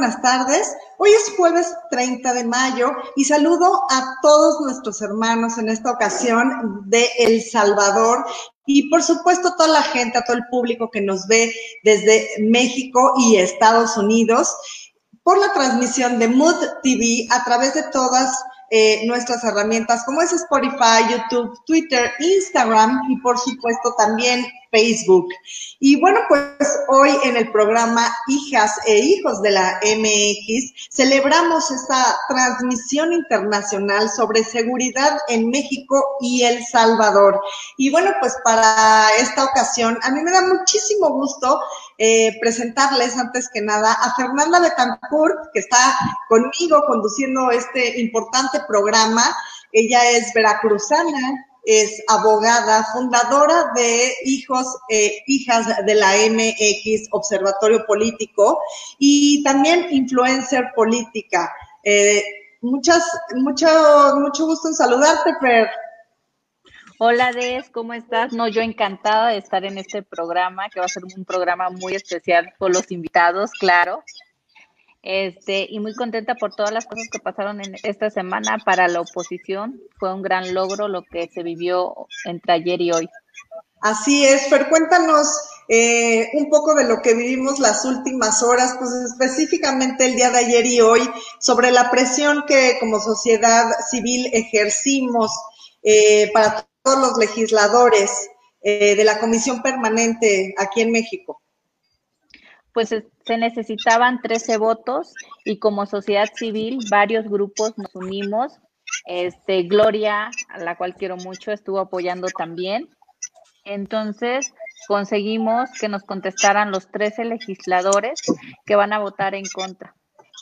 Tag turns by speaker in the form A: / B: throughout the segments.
A: buenas tardes. Hoy es jueves 30 de mayo y saludo a todos nuestros hermanos en esta ocasión de El Salvador y por supuesto toda la gente, a todo el público que nos ve desde México y Estados Unidos por la transmisión de Mood TV a través de todas nuestras herramientas como es Spotify, YouTube, Twitter, Instagram y por supuesto también Facebook. Y bueno, pues hoy en el programa Hijas e Hijos de la MX celebramos esta transmisión internacional sobre seguridad en México y El Salvador. Y bueno, pues para esta ocasión a mí me da muchísimo gusto presentarles antes que nada a Fernanda Betancourt, que está conmigo conduciendo este importante programa. Ella es veracruzana, es abogada, fundadora de Hijos e Hijas de la MX, Observatorio Político, y también influencer política. Mucho gusto en saludarte, Fer.
B: Hola, Des, ¿cómo estás? No, yo encantada de estar en este programa, que va a ser un programa muy especial por los invitados, claro. Y muy contenta por todas las cosas que pasaron en esta semana para la oposición. Fue un gran logro lo que se vivió entre ayer y hoy.
A: Así es, Fer, cuéntanos un poco de lo que vivimos las últimas horas, pues específicamente el día de ayer y hoy, sobre la presión que como sociedad civil ejercimos para todos los legisladores de la Comisión Permanente aquí en México.
B: Pues se necesitaban 13 votos y como sociedad civil varios grupos nos unimos. Gloria, a la cual quiero mucho, estuvo apoyando también. Entonces conseguimos que nos contestaran los 13 legisladores que van a votar en contra.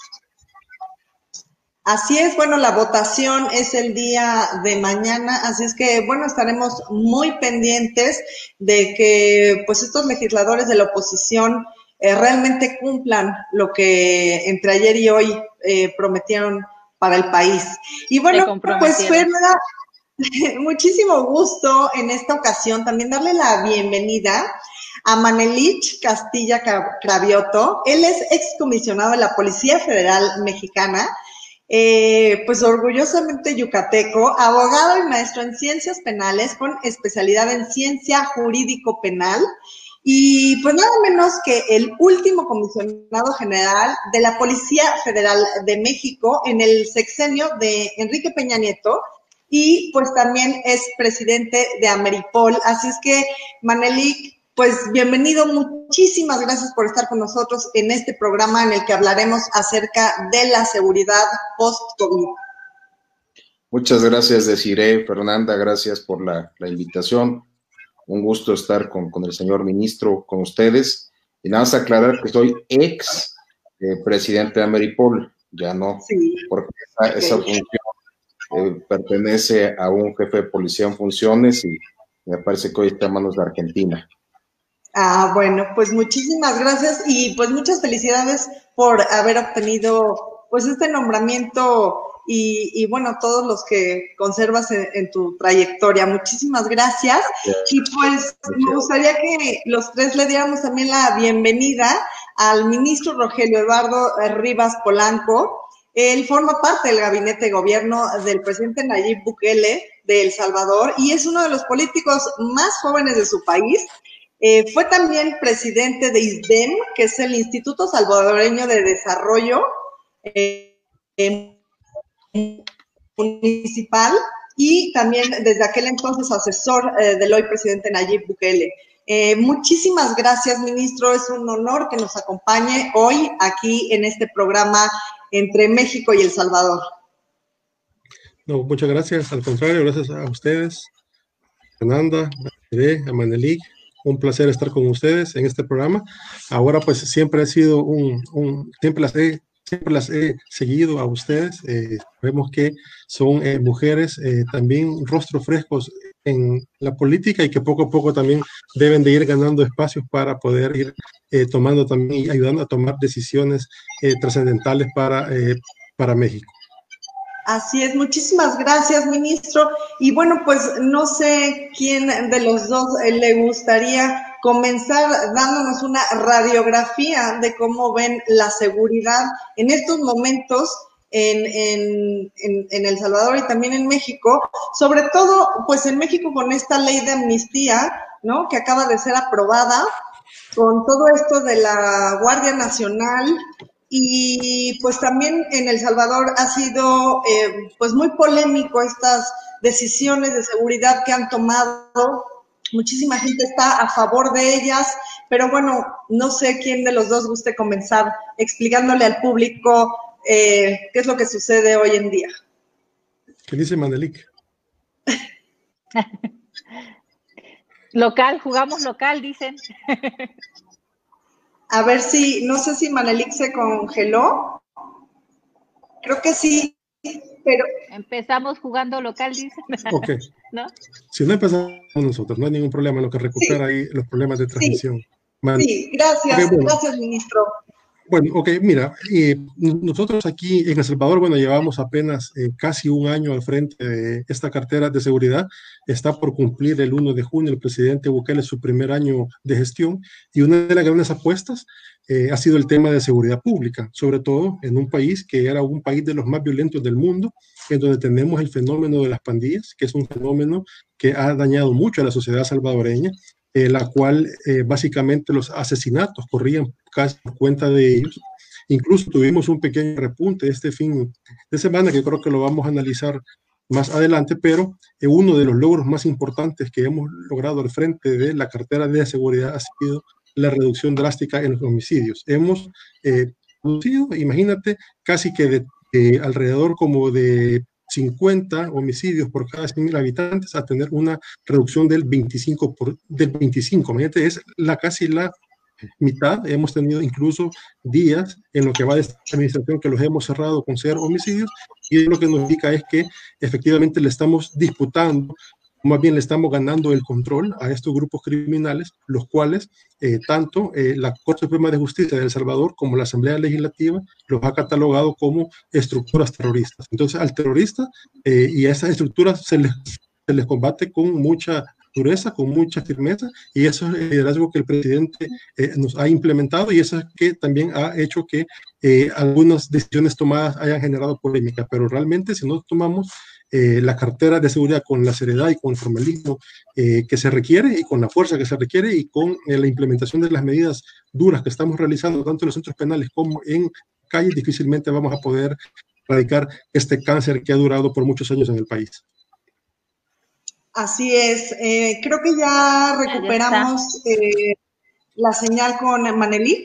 A: Así es, bueno, la votación es el día de mañana, así es que, bueno, estaremos muy pendientes de que, pues, estos legisladores de la oposición realmente cumplan lo que entre ayer y hoy prometieron para el país. Y bueno, pues, Fernanda, muchísimo gusto en esta ocasión también darle la bienvenida a Manelich Castilla Cravioto. Él es excomisionado de la Policía Federal Mexicana, pues orgullosamente yucateco, abogado y maestro en ciencias penales con especialidad en ciencia jurídico penal y pues nada menos que el último comisionado general de la Policía Federal de México en el sexenio de Enrique Peña Nieto y pues también es presidente de Ameripol. Así es que, Manelik, pues bienvenido, muchísimas gracias por estar con nosotros en este programa en el que hablaremos acerca de la seguridad post-COVID.
C: Muchas gracias, Desiree, Fernanda, gracias por la invitación. Un gusto estar con el señor ministro, con ustedes. Y nada más aclarar que soy ex presidente de Ameripol, ya no, sí, porque esa función pertenece a un jefe de policía en funciones y me parece que hoy está en manos de Argentina.
A: Ah, bueno, pues muchísimas gracias y pues muchas felicidades por haber obtenido pues este nombramiento y bueno, todos los que conservas en tu trayectoria. Muchísimas gracias. Y pues me gustaría que los tres le diéramos también la bienvenida al ministro Rogelio Eduardo Rivas Polanco. Él forma parte del gabinete de gobierno del presidente Nayib Bukele de El Salvador y es uno de los políticos más jóvenes de su país. Fue también presidente de ISDEM, que es el Instituto Salvadoreño de Desarrollo Municipal, y también desde aquel entonces asesor del hoy presidente Nayib Bukele. Muchísimas gracias, ministro. Es un honor que nos acompañe hoy aquí en este programa entre México y El Salvador.
D: No, muchas gracias. Al contrario, gracias a ustedes, Fernanda, a Manelik. Un placer estar con ustedes en este programa. Ahora, pues, siempre ha sido siempre las he seguido a ustedes. Vemos que son mujeres también rostros frescos en la política y que poco a poco también deben de ir ganando espacios para poder ir tomando también y ayudando a tomar decisiones trascendentales para México.
A: Así es, muchísimas gracias, ministro. Y bueno, pues no sé quién de los dos le gustaría comenzar dándonos una radiografía de cómo ven la seguridad en estos momentos en El Salvador y también en México, sobre todo pues en México con esta ley de amnistía, ¿no?, que acaba de ser aprobada, con todo esto de la Guardia Nacional. Y pues también en El Salvador ha sido pues muy polémico estas decisiones de seguridad que han tomado. Muchísima gente está a favor de ellas, pero bueno, no sé quién de los dos guste comenzar explicándole al público qué es lo que sucede hoy en día.
D: ¿Qué dice Manelik?
B: Local, jugamos local, dicen.
A: A ver si, no sé si Manelik se congeló. Creo que sí, pero...
B: Empezamos jugando local, dicen.
D: Ok.
B: ¿No?
D: Si no empezamos nosotros, no hay ningún problema en lo que recupera ahí los problemas de transmisión.
A: Sí, gracias,
D: okay, bueno.
A: Gracias, ministro.
D: Bueno, ok, mira, nosotros aquí en El Salvador, bueno, llevamos apenas casi un año al frente de esta cartera de seguridad. Está por cumplir el 1 de junio el presidente Bukele su primer año de gestión, y una de las grandes apuestas ha sido el tema de seguridad pública, sobre todo en un país que era un país de los más violentos del mundo, en donde tenemos el fenómeno de las pandillas, que es un fenómeno que ha dañado mucho a la sociedad salvadoreña, la cual básicamente los asesinatos corrían casi por cuenta de ellos. Incluso tuvimos un pequeño repunte este fin de semana, que creo que lo vamos a analizar más adelante, pero uno de los logros más importantes que hemos logrado al frente de la cartera de seguridad ha sido la reducción drástica en los homicidios. Hemos reducido, imagínate, casi que de alrededor como de 50 homicidios por cada 100.000 habitantes a tener una reducción del 25, imagínate, es casi la mitad. Hemos tenido incluso días en lo que va de esta administración que los hemos cerrado con 0 homicidios, y lo que nos indica es que efectivamente le estamos disputando, más bien le estamos ganando el control a estos grupos criminales, los cuales tanto la Corte Suprema de Justicia de El Salvador como la Asamblea Legislativa los ha catalogado como estructuras terroristas. Entonces al terrorista y a esas estructuras se les combate con mucha dureza, con mucha firmeza, y eso es el liderazgo que el presidente nos ha implementado, y eso es que también ha hecho que algunas decisiones tomadas hayan generado polémica. Pero realmente, si no tomamos la cartera de seguridad con la seriedad y con el formalismo que se requiere, y con la fuerza que se requiere, y con la implementación de las medidas duras que estamos realizando tanto en los centros penales como en calles, difícilmente vamos a poder erradicar este cáncer que ha durado por muchos años en el país.
A: Así es. Creo que ya recuperamos la señal con Manelik.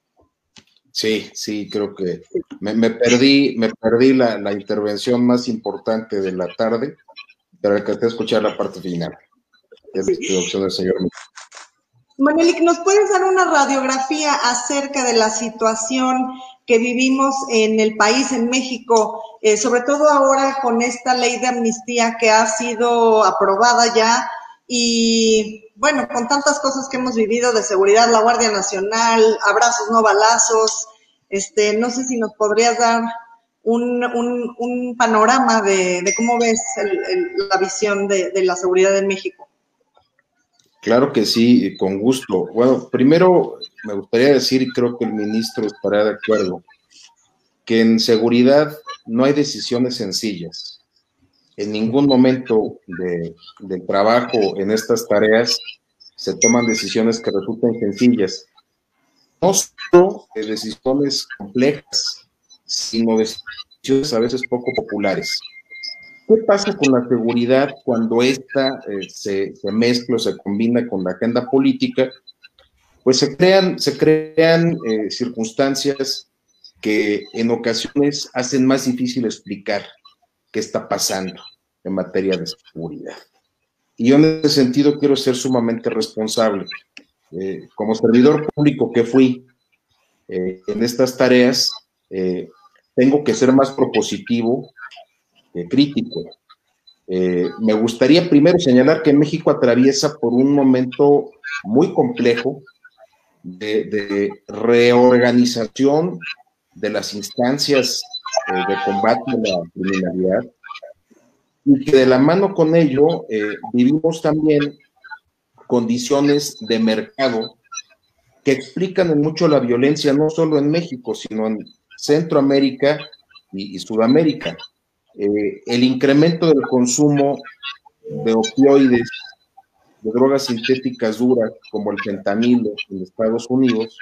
C: Sí, creo que me perdí la intervención más importante de la tarde, pero alcancé a escuchar la parte final. Es la introducción del señor.
A: Manelik, ¿nos puedes dar una radiografía acerca de la situación que vivimos en el país, en México, sobre todo ahora con esta ley de amnistía que ha sido aprobada ya, y bueno, con tantas cosas que hemos vivido de seguridad, la Guardia Nacional, abrazos no balazos, no sé si nos podrías dar un panorama de cómo ves la visión de la seguridad en México?
C: Claro que sí, con gusto. Bueno, primero me gustaría decir, y creo que el ministro estará de acuerdo, que en seguridad no hay decisiones sencillas. En ningún momento del trabajo en estas tareas se toman decisiones que resulten sencillas. No solo de decisiones complejas, sino decisiones a veces poco populares. ¿Qué pasa con la seguridad cuando esta se mezcla o se combina con la agenda política? Pues se crean circunstancias que en ocasiones hacen más difícil explicar qué está pasando en materia de seguridad. Y yo en ese sentido quiero ser sumamente responsable. Como servidor público que fui en estas tareas, tengo que ser más propositivo, crítico. Me gustaría primero señalar que México atraviesa por un momento muy complejo de reorganización de las instancias de combate a la criminalidad, y que de la mano con ello vivimos también condiciones de mercado que explican en mucho la violencia, no solo en México, sino en Centroamérica y Sudamérica. El incremento del consumo de opioides, de drogas sintéticas duras, como el fentanilo en Estados Unidos,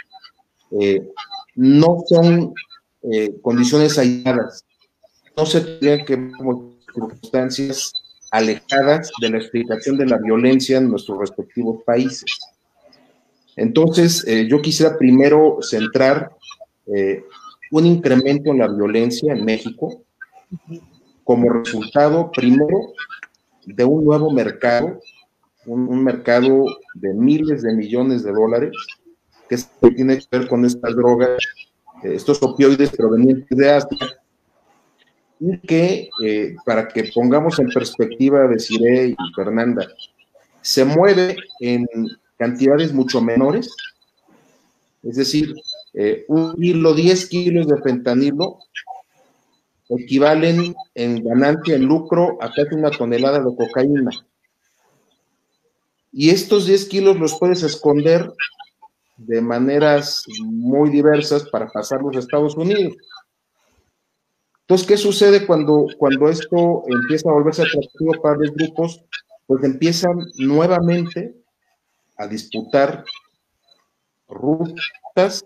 C: no son condiciones aisladas, no se tendrían que ver como circunstancias alejadas de la explicación de la violencia en nuestros respectivos países. Entonces, yo quisiera primero centrar un incremento en la violencia en México como resultado, primero, de un nuevo mercado, un mercado de miles de millones de dólares, que tiene que ver con estas drogas, estos opioides provenientes de Asia, y que, para que pongamos en perspectiva de Cire y Fernanda, se mueve en cantidades mucho menores, es decir, 10 kilos de fentanilo equivalen en ganancia, en lucro, a casi 1 tonelada de cocaína. Y estos 10 kilos los puedes esconder de maneras muy diversas para pasarlos a Estados Unidos. Entonces, ¿qué sucede cuando esto empieza a volverse atractivo para los grupos? Pues empiezan nuevamente a disputar rutas,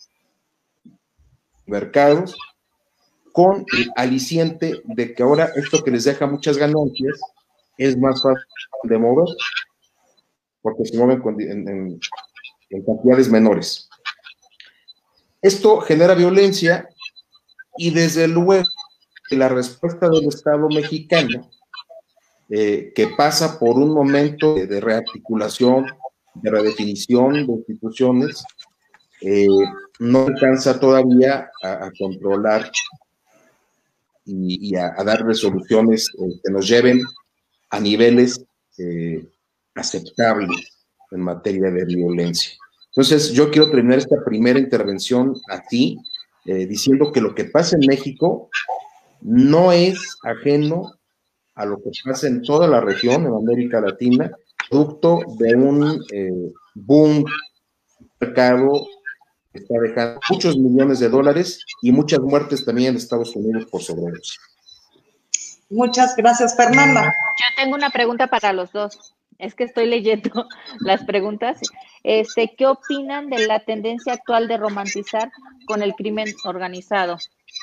C: mercados, con el aliciente de que ahora esto que les deja muchas ganancias es más fácil de mover, porque se mueven en cantidades menores. Esto genera violencia y desde luego la respuesta del Estado mexicano, que pasa por un momento de rearticulación, de redefinición de instituciones, no alcanza todavía a controlar y a dar resoluciones que nos lleven a niveles aceptables en materia de violencia. Entonces, yo quiero terminar esta primera intervención aquí, diciendo que lo que pasa en México no es ajeno a lo que pasa en toda la región, en América Latina, producto de un boom mercado que está dejando muchos millones de dólares y muchas muertes también en Estados Unidos por sobredosis.
A: Muchas gracias, Fernanda.
B: Yo tengo una pregunta para los dos. Es que estoy leyendo las preguntas. ¿Qué opinan de la tendencia actual de romantizar con el crimen organizado?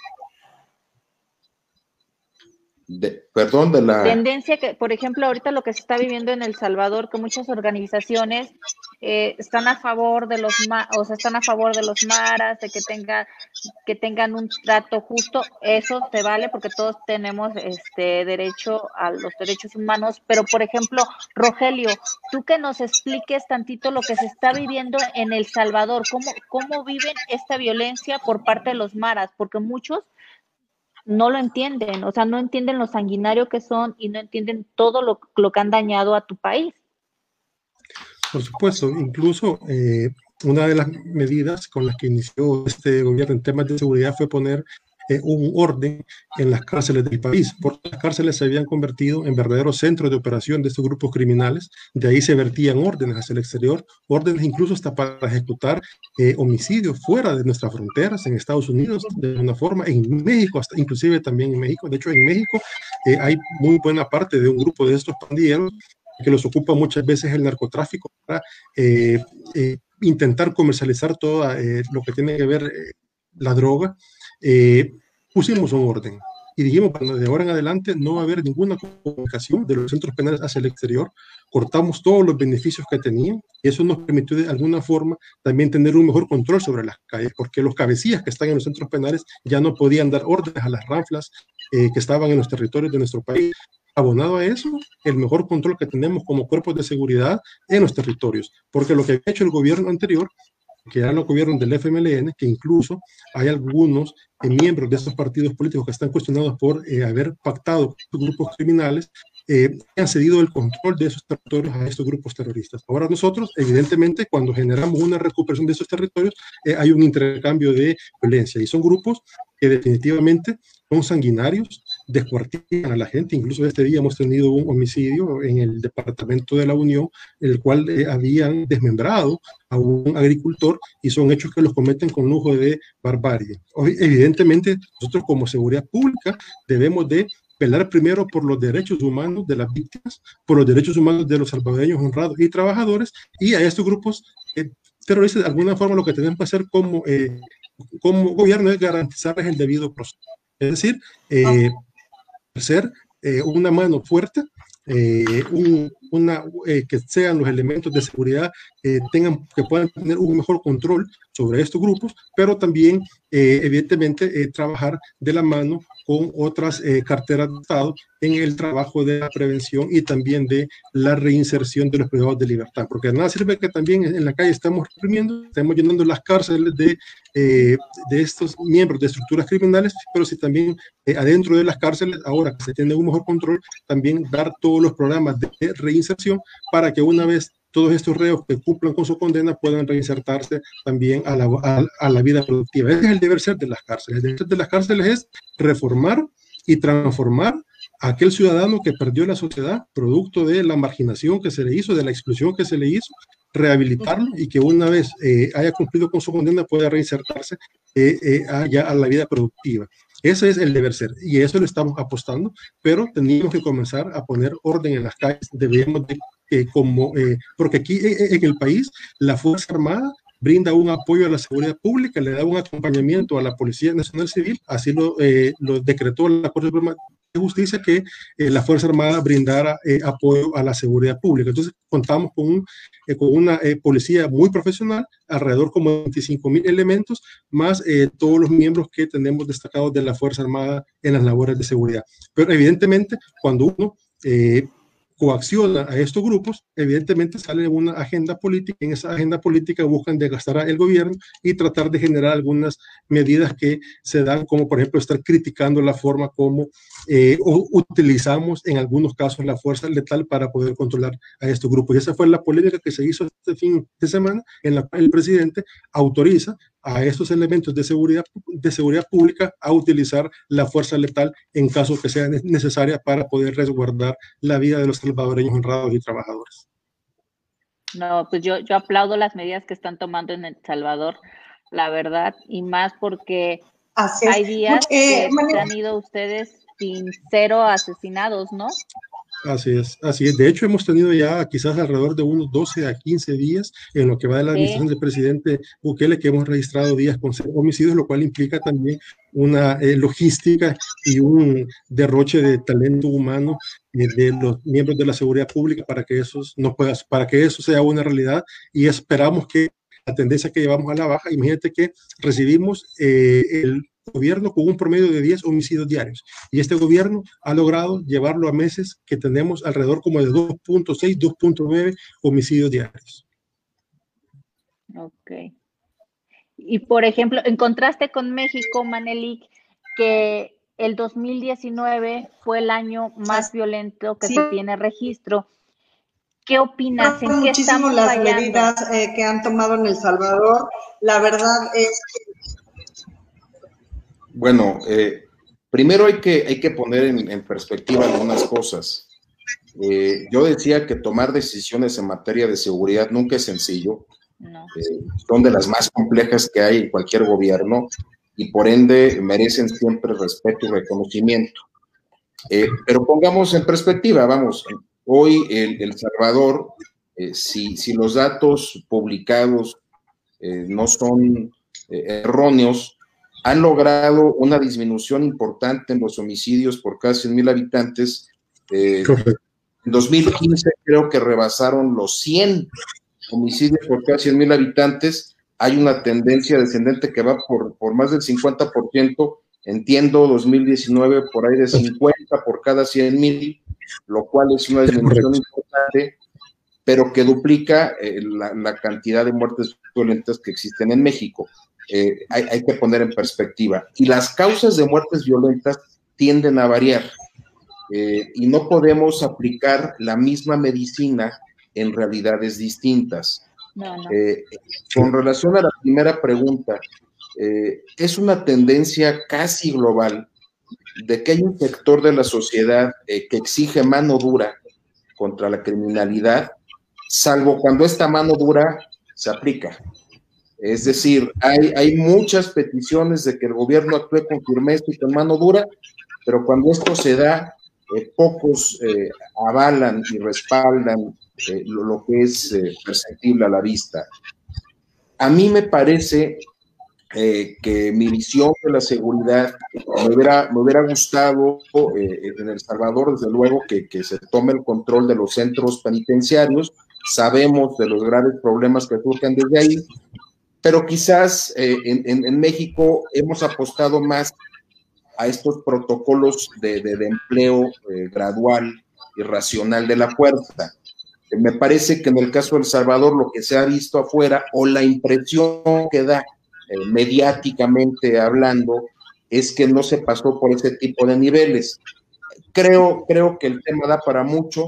C: Perdón, de la
B: tendencia que, por ejemplo, ahorita lo que se está viviendo en El Salvador, que muchas organizaciones están a favor de los están a favor de los maras, de que tengan un trato justo. Eso te vale porque todos tenemos derecho a los derechos humanos, pero por ejemplo, Rogelio, tú que nos expliques tantito lo que se está viviendo en El Salvador, cómo viven esta violencia por parte de los maras, porque muchos no lo entienden, o sea, no entienden lo sanguinario que son y no entienden todo lo que han dañado a tu país.
D: Por supuesto, incluso una de las medidas con las que inició este gobierno en temas de seguridad fue poner un orden en las cárceles del país, porque las cárceles se habían convertido en verdaderos centros de operación de estos grupos criminales. De ahí se vertían órdenes hacia el exterior, órdenes incluso hasta para ejecutar homicidios fuera de nuestras fronteras, en Estados Unidos de una forma, en México, hasta inclusive también en México. De hecho, en México hay muy buena parte de un grupo de estos pandilleros que los ocupa muchas veces el narcotráfico para intentar comercializar todo lo que tiene que ver la droga. Pusimos un orden y dijimos, bueno, de ahora en adelante no va a haber ninguna comunicación de los centros penales hacia el exterior. Cortamos todos los beneficios que tenían y eso nos permitió de alguna forma también tener un mejor control sobre las calles, porque los cabecillas que están en los centros penales ya no podían dar órdenes a las ranflas que estaban en los territorios de nuestro país. Abonado a eso, el mejor control que tenemos como cuerpos de seguridad en los territorios, porque lo que había hecho el gobierno anterior, que era el gobierno del FMLN, que incluso hay algunos miembros de estos partidos políticos que están cuestionados por haber pactado con grupos criminales, han cedido el control de esos territorios a estos grupos terroristas. Ahora nosotros, evidentemente, cuando generamos una recuperación de esos territorios, hay un intercambio de violencia y son grupos que definitivamente son sanguinarios, descuartizan a la gente. Incluso este día hemos tenido un homicidio en el departamento de La Unión, en el cual habían desmembrado a un agricultor, y son hechos que los cometen con lujo de barbarie. Hoy, evidentemente, nosotros como seguridad pública debemos de velar primero por los derechos humanos de las víctimas, por los derechos humanos de los salvadoreños honrados y trabajadores, y a estos grupos terroristas, de alguna forma lo que tenemos que hacer como gobierno es garantizarles el debido proceso. Es decir, ser una mano fuerte, que sean los elementos de seguridad que puedan tener un mejor control sobre estos grupos, pero también evidentemente trabajar de la mano con otras carteras de Estado en el trabajo de la prevención y también de la reinserción de los privados de libertad, porque de nada sirve que también en la calle estamos reprimiendo, estamos llenando las cárceles de estos miembros de estructuras criminales, pero si también adentro de las cárceles, ahora que se tiene un mejor control, también dar todos los programas de reinserción para que una vez todos estos reos que cumplan con su condena puedan reinsertarse también a la vida productiva. Ese es el deber ser de las cárceles. El deber ser de las cárceles es reformar y transformar a aquel ciudadano que perdió la sociedad producto de la marginación que se le hizo, de la exclusión que se le hizo, rehabilitarlo, y que una vez haya cumplido con su condena pueda reinsertarse ya a la vida productiva. Ese es el deber ser, y eso lo estamos apostando, pero teníamos que comenzar a poner orden en las calles. Debíamos de porque aquí en el país la Fuerza Armada brinda un apoyo a la seguridad pública, le da un acompañamiento a la Policía Nacional Civil, así lo decretó la Corte Suprema de Justicia, que la Fuerza Armada brindara apoyo a la seguridad pública. Entonces contamos con una policía muy profesional, alrededor como 25,000 elementos, más todos los miembros que tenemos destacados de la Fuerza Armada en las labores de seguridad. Pero evidentemente cuando uno coacciona a estos grupos, evidentemente sale una agenda política. En esa agenda política buscan desgastar el gobierno y tratar de generar algunas medidas que se dan, como por ejemplo estar criticando la forma como utilizamos en algunos casos la fuerza letal para poder controlar a estos grupos. Y esa fue la polémica que se hizo este fin de semana, en la cual el presidente autoriza a estos elementos de seguridad pública a utilizar la fuerza letal en caso que sea necesaria para poder resguardar la vida de los salvadoreños honrados y trabajadores.
B: No, pues yo aplaudo las medidas que están tomando en El Salvador, la verdad, y más porque hay días que se han ido ustedes sin 0 asesinados, ¿no?
D: Así es, así es. De hecho, hemos tenido ya quizás alrededor de unos 12 a 15 días en lo que va de la administración del presidente Bukele, que hemos registrado días con 0 homicidios, lo cual implica también una logística y un derroche de talento humano de los miembros de la seguridad pública para que eso sea una realidad, y esperamos que la tendencia que llevamos a la baja. Imagínate que recibimos el gobierno con un promedio de 10 homicidios diarios, y este gobierno ha logrado llevarlo a meses que tenemos alrededor como de 2.6, 2.9 homicidios diarios.
B: Ok. Y por ejemplo, en contraste con México, Manelik, que el 2019 fue el año más violento que se tiene registro. ¿Qué opinas? ¿En qué estamos
A: las
B: fallando?
A: Medidas que han tomado en El Salvador, la verdad es que...
C: Bueno, primero hay que poner en perspectiva algunas cosas. Yo decía que tomar decisiones en materia de seguridad nunca es sencillo. No. Son de las más complejas que hay en cualquier gobierno, y por ende merecen siempre respeto y reconocimiento. Pero pongamos en perspectiva, vamos, hoy El Salvador, si los datos publicados no son erróneos, han logrado una disminución importante en los homicidios por cada 100,000 habitantes. En 2015 creo que rebasaron los 100 homicidios por cada 100,000 habitantes. Hay una tendencia descendente que va por más del 50%. Entiendo 2019 por ahí de 50 por cada 100,000, lo cual es una disminución importante, pero que duplica la cantidad de muertes violentas que existen en México. Hay que poner en perspectiva. Y las causas de muertes violentas tienden a variar, y no podemos aplicar la misma medicina en realidades distintas. No. Con relación a la primera pregunta, es una tendencia casi global de que hay un sector de la sociedad que exige mano dura contra la criminalidad, salvo cuando esta mano dura se aplica. Es decir, hay muchas peticiones de que el gobierno actúe con firmeza y con mano dura, pero cuando esto se da, pocos avalan y respaldan lo que es perceptible a la vista. A mí me parece que mi visión de la seguridad me hubiera gustado en El Salvador, desde luego, que se tome el control de los centros penitenciarios. Sabemos de los graves problemas que surgen desde ahí, pero quizás en México hemos apostado más a estos protocolos de empleo gradual y racional de la fuerza. Me parece que en el caso de El Salvador lo que se ha visto afuera, o la impresión que da mediáticamente hablando, es que no se pasó por ese tipo de niveles. Creo que el tema da para mucho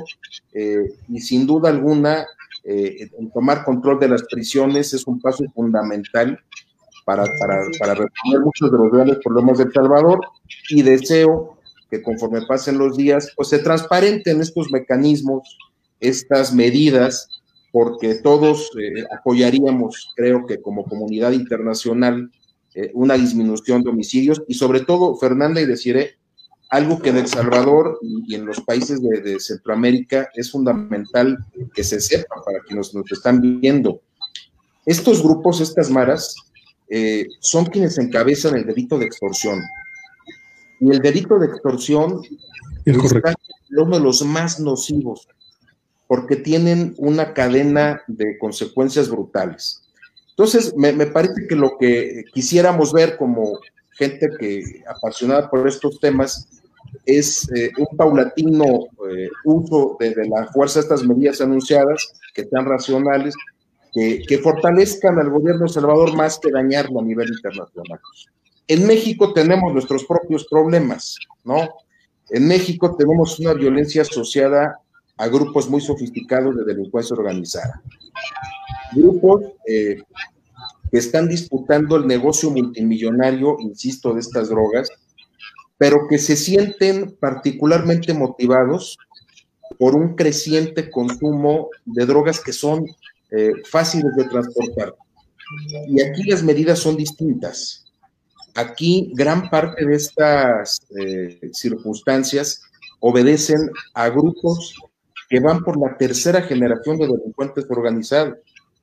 C: y sin duda alguna el tomar control de las prisiones es un paso fundamental para resolver muchos de los grandes problemas de El Salvador, y deseo que conforme pasen los días, pues se transparenten estos mecanismos, estas medidas, porque todos apoyaríamos, creo que como comunidad internacional, una disminución de homicidios, y sobre todo, Fernanda y Desiree, algo que en El Salvador y en los países de Centroamérica es fundamental que se sepa para quienes nos están viendo. Estos grupos, estas maras, son quienes encabezan el delito de extorsión. Y el delito de extorsión es uno de los más nocivos, porque tienen una cadena de consecuencias brutales. Entonces, me parece que lo que quisiéramos ver como gente apasionada por estos temas es un paulatino uso de la fuerza de estas medidas anunciadas, que sean racionales, que fortalezcan al gobierno de El Salvador más que dañarlo a nivel internacional. En México tenemos nuestros propios problemas, ¿no? En México tenemos una violencia asociada a grupos muy sofisticados de delincuencia organizada. Grupos que están disputando el negocio multimillonario, insisto, de estas drogas, pero que se sienten particularmente motivados por un creciente consumo de drogas que son fáciles de transportar. Y aquí las medidas son distintas. Aquí gran parte de estas circunstancias obedecen a grupos que van por la tercera generación de delincuentes organizados.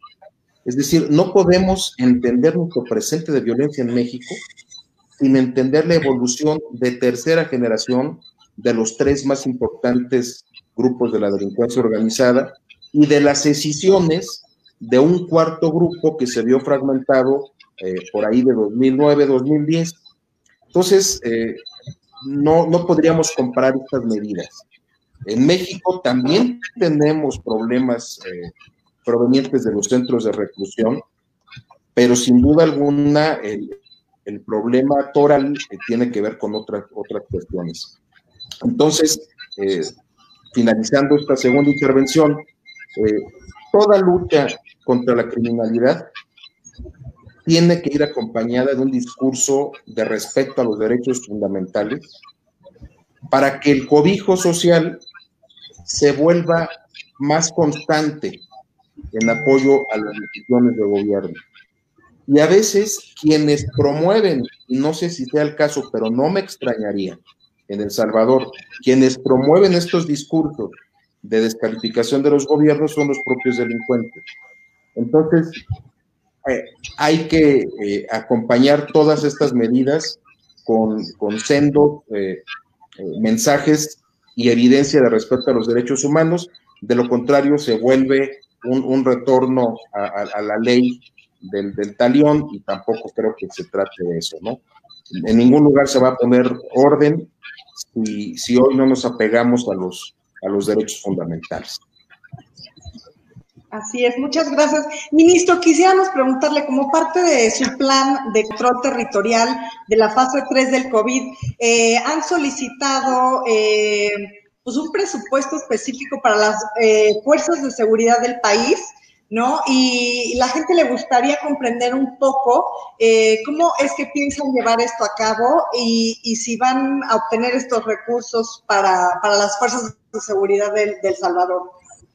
C: Es decir, no podemos entender nuestro presente de violencia en México sin entender la evolución de tercera generación de los tres más importantes grupos de la delincuencia organizada y de las escisiones de un cuarto grupo que se vio fragmentado por ahí de 2009-2010. Entonces, no podríamos comparar estas medidas. En México también tenemos problemas provenientes de los centros de reclusión, pero sin duda alguna el problema toral tiene que ver con otras cuestiones. Entonces, finalizando esta segunda intervención, toda lucha contra la criminalidad tiene que ir acompañada de un discurso de respeto a los derechos fundamentales para que el cobijo social se vuelva más constante en apoyo a las instituciones de gobierno. Y a veces quienes promueven, y no sé si sea el caso, pero no me extrañaría, en El Salvador, quienes promueven estos discursos de descalificación de los gobiernos son los propios delincuentes. Entonces, hay que acompañar todas estas medidas con sendos mensajes y evidencia de respeto a los derechos humanos. De lo contrario, se vuelve un retorno a la ley del talión, y tampoco creo que se trate de eso, ¿no? En ningún lugar se va a poner orden si hoy no nos apegamos a los derechos fundamentales.
A: Así es, muchas gracias. Ministro, quisiéramos preguntarle, como parte de su plan de control territorial de la fase 3 del COVID, han solicitado pues un presupuesto específico para las fuerzas de seguridad del país, ¿no? Y la gente le gustaría comprender un poco cómo es que piensan llevar esto a cabo y si van a obtener estos recursos para las fuerzas de seguridad del Salvador.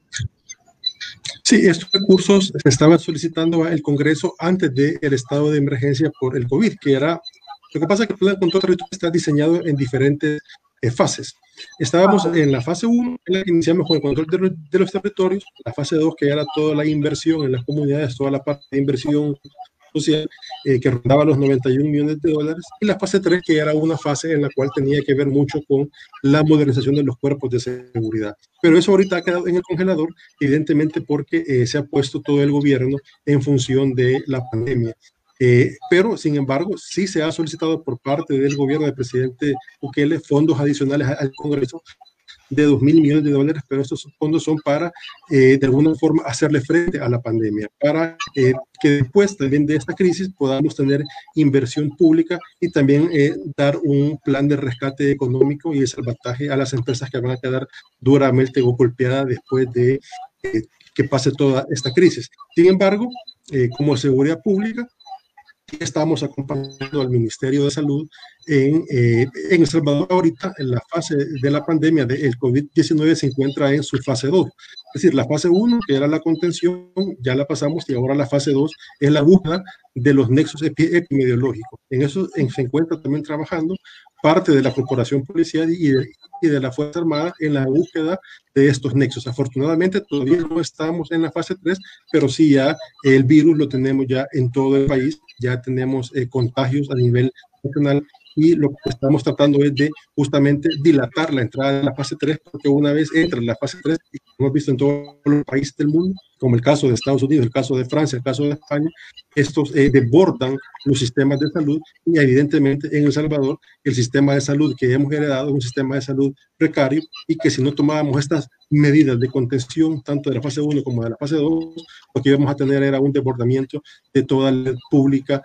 D: Sí, estos recursos se estaban solicitando al Congreso antes del estado de emergencia por el COVID, que era, lo que pasa es que el Plan de Control Territorial está diseñado en diferentes fases. Estábamos en la fase 1, en la que iniciamos con el control de los territorios, la fase 2, que era toda la inversión en las comunidades, toda la parte de inversión social, que rondaba los 91 millones de dólares, y la fase 3, que era una fase en la cual tenía que ver mucho con la modernización de los cuerpos de seguridad. Pero eso ahorita ha quedado en el congelador, evidentemente porque se ha puesto todo el gobierno en función de la pandemia. Pero, sin embargo, sí se ha solicitado por parte del gobierno del presidente Bukele fondos adicionales al Congreso de 2.000 millones de dólares, pero estos fondos son para, de alguna forma, hacerle frente a la pandemia, para que después también de esta crisis podamos tener inversión pública y también dar un plan de rescate económico y de salvataje a las empresas que van a quedar duramente golpeadas después de que pase toda esta crisis. Sin embargo, como seguridad pública, estamos acompañando al Ministerio de Salud en El Salvador. Ahorita, en la fase de la pandemia del COVID-19 se encuentra en su fase 2. Es decir, la fase 1, que era la contención, ya la pasamos, y ahora la fase 2 es la búsqueda de los nexos epidemiológicos. En eso se encuentra también trabajando parte de la corporación policial y de la Fuerza Armada en la búsqueda de estos nexos. Afortunadamente todavía no estamos en la fase 3, pero sí ya el virus lo tenemos ya en todo el país, ya tenemos contagios a nivel nacional, y lo que estamos tratando es de justamente dilatar la entrada de la fase 3, porque una vez entra en la fase 3, y como hemos visto en todos los países del mundo, como el caso de Estados Unidos, el caso de Francia, el caso de España, estos desbordan los sistemas de salud, y evidentemente en El Salvador el sistema de salud que hemos heredado es un sistema de salud precario, y que si no tomábamos estas medidas de contención, tanto de la fase 1 como de la fase 2, lo que íbamos a tener era un desbordamiento de toda la red pública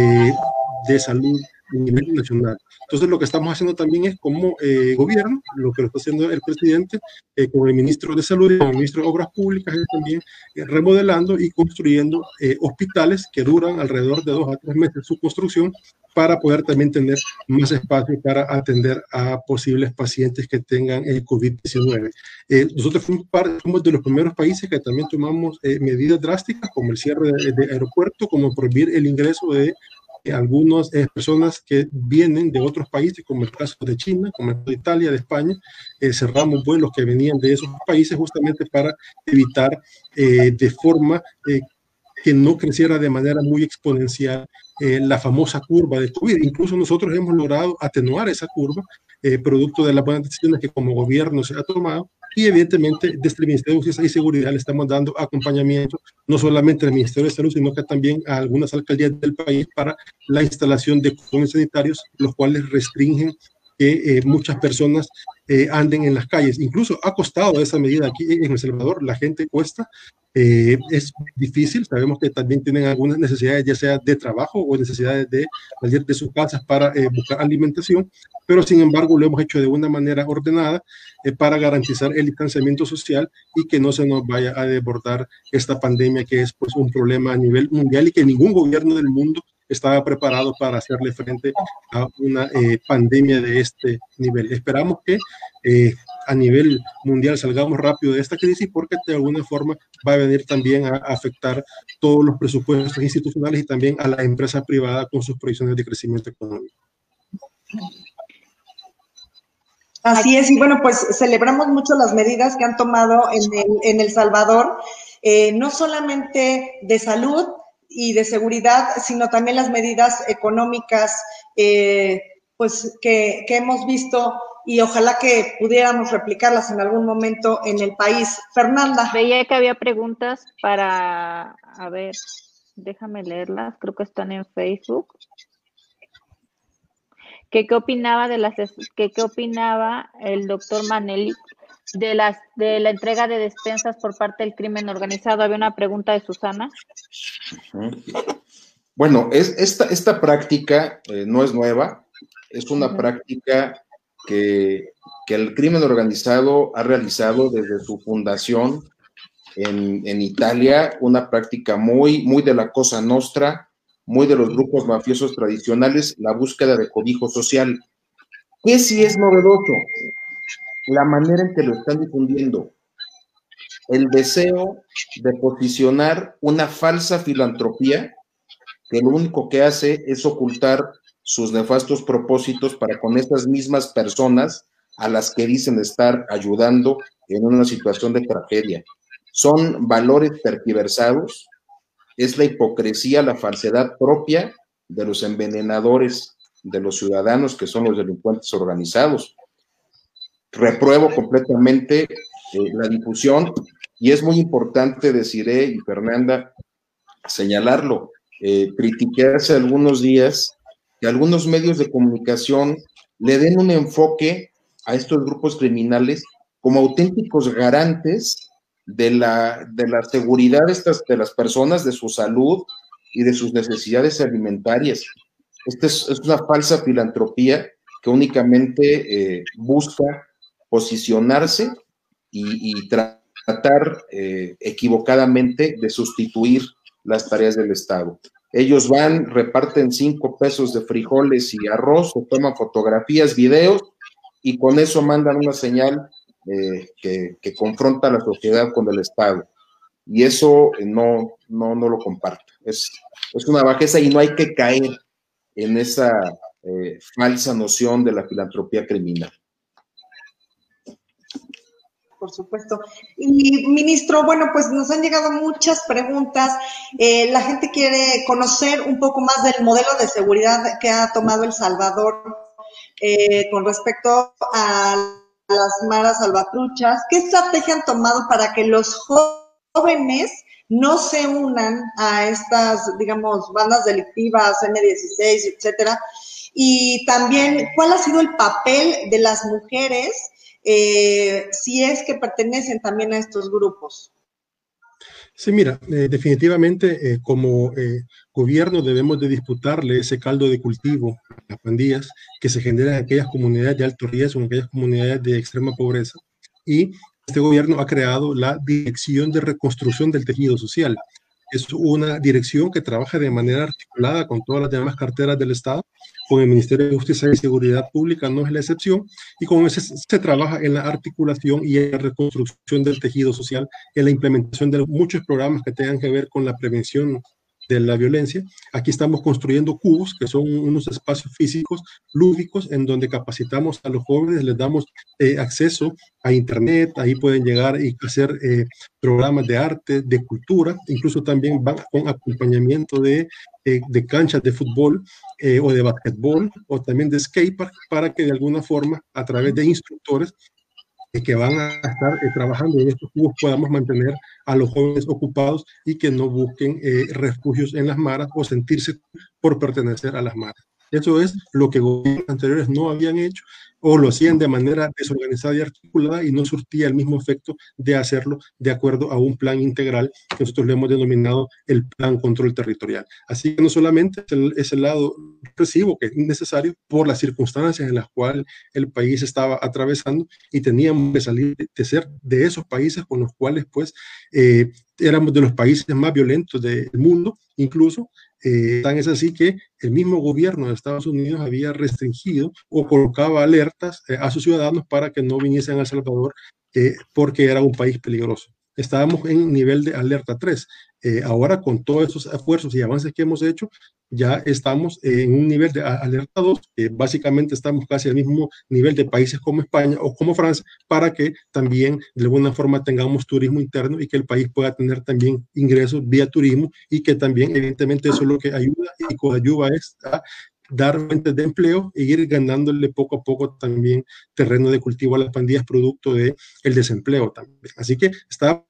D: de salud a nivel nacional. Entonces, lo que estamos haciendo también es, como gobierno, lo que lo está haciendo el presidente con el ministro de Salud y con el ministro de Obras Públicas, es también remodelando y construyendo hospitales que duran alrededor de 2 a 3 meses su construcción, para poder también tener más espacio para atender a posibles pacientes que tengan el COVID-19. Nosotros fuimos de los primeros países que también tomamos medidas drásticas, como el cierre de aeropuertos, como prohibir el ingreso de algunas personas que vienen de otros países, como el caso de China, como el caso de Italia, de España. Cerramos vuelos que venían de esos países justamente para evitar de forma que no creciera de manera muy exponencial la famosa curva de COVID. Incluso nosotros hemos logrado atenuar esa curva, producto de las buenas decisiones que como gobierno se ha tomado, y evidentemente desde el Ministerio de Justicia y Seguridad le estamos dando acompañamiento, no solamente al Ministerio de Salud, sino que también a algunas alcaldías del país, para la instalación de cordones sanitarios, los cuales restringen que muchas personas anden en las calles. Incluso ha costado esa medida aquí en El Salvador, la gente cuesta, es difícil, sabemos que también tienen algunas necesidades, ya sea de trabajo o necesidades de salir de sus casas para buscar alimentación, pero sin embargo lo hemos hecho de una manera ordenada para garantizar el distanciamiento social y que no se nos vaya a desbordar esta pandemia, que es pues un problema a nivel mundial y que ningún gobierno del mundo estaba preparado para hacerle frente a una pandemia de este nivel. Esperamos que a nivel mundial salgamos rápido de esta crisis, porque de alguna forma va a venir también a afectar todos los presupuestos institucionales y también a la empresa privada con sus proyecciones de crecimiento económico.
A: Así es, y bueno, pues celebramos mucho las medidas que han tomado en El Salvador, no solamente de salud y de seguridad, sino también las medidas económicas pues que hemos visto, y ojalá que pudiéramos replicarlas en algún momento en el país. Fernanda.
B: Veía que había preguntas para, a ver, déjame leerlas, creo que están en Facebook. ¿Qué opinaba qué opinaba el doctor Maneli de la entrega de despensas por parte del crimen organizado? Había una pregunta de Susana.
C: Bueno, esta práctica no es nueva, es una práctica que el crimen organizado ha realizado desde su fundación en Italia, una práctica muy de la Cosa Nostra, muy de los grupos mafiosos tradicionales, la búsqueda de cobijo social. ¿Qué sí es novedoso? La manera en que lo están difundiendo. El deseo de posicionar una falsa filantropía que lo único que hace es ocultar sus nefastos propósitos para con estas mismas personas a las que dicen estar ayudando en una situación de tragedia. Son valores tergiversados, es la hipocresía, la falsedad propia de los envenenadores de los ciudadanos, que son los delincuentes organizados. Repruebo completamente la difusión, y es muy importante, Desiree y Fernanda, señalarlo. Critiqué hace algunos días que algunos medios de comunicación le den un enfoque a estos grupos criminales como auténticos garantes de la seguridad de las personas, de su salud y de sus necesidades alimentarias. Esta es una falsa filantropía que únicamente busca posicionarse y tratar equivocadamente de sustituir las tareas del Estado. Ellos van, reparten 5 pesos de frijoles y arroz, o toman fotografías, videos, y con eso mandan una señal que confronta a la sociedad con el Estado. Y eso no lo comparto. Es una bajeza, y no hay que caer en esa falsa noción de la filantropía criminal.
A: Por supuesto. Y, ministro, bueno, pues nos han llegado muchas preguntas. La gente quiere conocer un poco más del modelo de seguridad que ha tomado El Salvador con respecto a las maras salvatruchas. ¿Qué estrategia han tomado para que los jóvenes no se unan a estas, digamos, bandas delictivas, M16, etcétera? Y también, ¿cuál ha sido el papel de las mujeres si es que pertenecen también a estos grupos?
D: Sí, mira, definitivamente como gobierno debemos de disputarle ese caldo de cultivo a las pandillas que se generan en aquellas comunidades de alto riesgo, en aquellas comunidades de extrema pobreza. Y este gobierno ha creado la Dirección de Reconstrucción del Tejido Social. Es una dirección que trabaja de manera articulada con todas las demás carteras del Estado, con el Ministerio de Justicia y Seguridad Pública no es la excepción, y con eso se trabaja en la articulación y en la reconstrucción del tejido social, en la implementación de muchos programas que tengan que ver con la prevención de la violencia. Aquí estamos construyendo cubos, que son unos espacios físicos lúdicos en donde capacitamos a los jóvenes, les damos acceso a internet, ahí pueden llegar y hacer programas de arte, de cultura, incluso también van con acompañamiento de canchas de fútbol o de basquetbol o también de skatepark, para que de alguna forma a través de instructores que van a estar trabajando en estos cubos podamos mantener a los jóvenes ocupados y que no busquen refugios en las maras o sentirse por pertenecer a las maras. Eso es lo que gobiernos anteriores no habían hecho, o lo hacían de manera desorganizada y articulada, y no surtía el mismo efecto de hacerlo de acuerdo a un plan integral que nosotros le hemos denominado el Plan Control Territorial. Así que no solamente es el lado represivo que es necesario por las circunstancias en las cuales el país estaba atravesando, y teníamos que salir de ser de esos países con los cuales pues éramos de los países más violentos del mundo, incluso. Tan es así que el mismo gobierno de Estados Unidos había restringido o colocaba alertas a sus ciudadanos para que no viniesen a El Salvador porque era un país peligroso. Estábamos en nivel de alerta 3. Ahora, con todos esos esfuerzos y avances que hemos hecho, ya estamos en un nivel de alerta 2. Básicamente estamos casi al mismo nivel de países como España o como Francia, para que también de alguna forma tengamos turismo interno y que el país pueda tener también ingresos vía turismo, y que también evidentemente eso es lo que ayuda y coadyuva es a dar fuentes de empleo e ir ganándole poco a poco también terreno de cultivo a las pandillas, producto del desempleo también. Así que está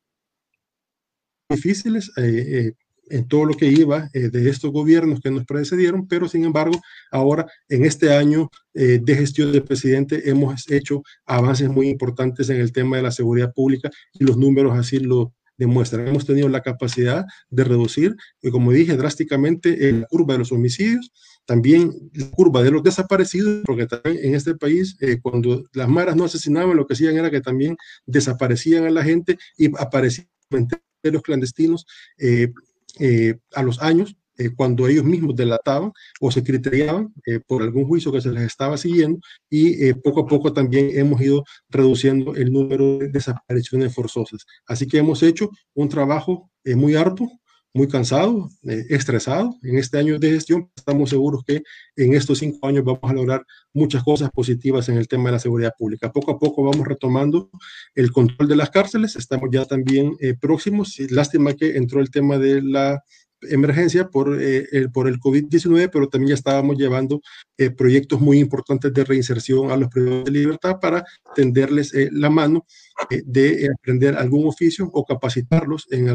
D: difíciles en todo lo que iba de estos gobiernos que nos precedieron, pero sin embargo ahora en este año de gestión del presidente hemos hecho avances muy importantes en el tema de la seguridad pública, y los números así lo demuestran. Hemos tenido la capacidad de reducir, como dije, drásticamente la curva de los homicidios, también la curva de los desaparecidos, porque también en este país, cuando las maras no asesinaban, lo que hacían era que también desaparecían a la gente y aparecían cementerios clandestinos a los años, cuando ellos mismos delataban o se criteriaban por algún juicio que se les estaba siguiendo, y poco a poco también hemos ido reduciendo el número de desapariciones forzosas. Así que hemos hecho un trabajo muy arduo, muy cansado, estresado en este año de gestión. Estamos seguros que en estos 5 años vamos a lograr muchas cosas positivas en el tema de la seguridad pública. Poco a poco vamos retomando el control de las cárceles. Estamos ya también próximos. Lástima que entró el tema de la emergencia por el COVID-19, pero también ya estábamos llevando proyectos muy importantes de reinserción a los privados de libertad para tenderles la mano de aprender algún oficio o capacitarlos en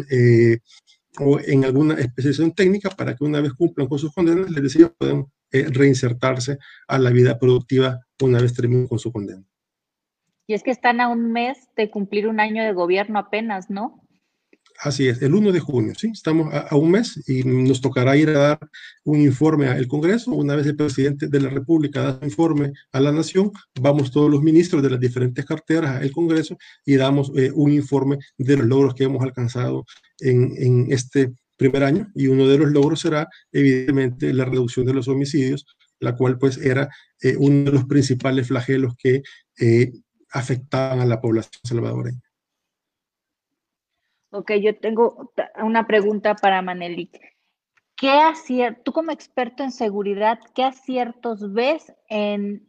D: alguna especialización técnica para que una vez cumplan con sus condenas, les decía, puedan reinsertarse a la vida productiva una vez terminen con su condena.
B: Y es que están a un mes de cumplir un año de gobierno apenas, ¿no?
D: Así es, el 1 de junio, ¿sí? Estamos a un mes y nos tocará ir a dar un informe al Congreso. Una vez el presidente de la República da un informe a la Nación, vamos todos los ministros de las diferentes carteras al Congreso y damos un informe de los logros que hemos alcanzado en este primer año. Y uno de los logros será, evidentemente, la reducción de los homicidios, la cual pues era uno de los principales flagelos que afectaban a la población salvadoreña.
B: Ok, yo tengo una pregunta para Manelik. Tú como experto en seguridad, ¿qué aciertos ves en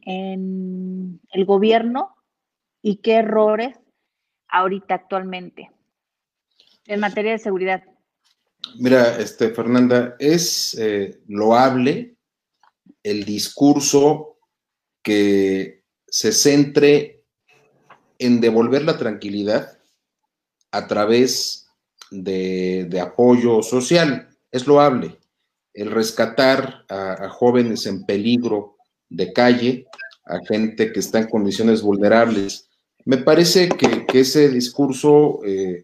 B: el gobierno y qué errores ahorita actualmente en materia de seguridad?
C: Mira, Fernanda, es loable el discurso que se centre en devolver la tranquilidad a través de apoyo social. Es loable el rescatar a jóvenes en peligro de calle, a gente que está en condiciones vulnerables. Me parece que ese discurso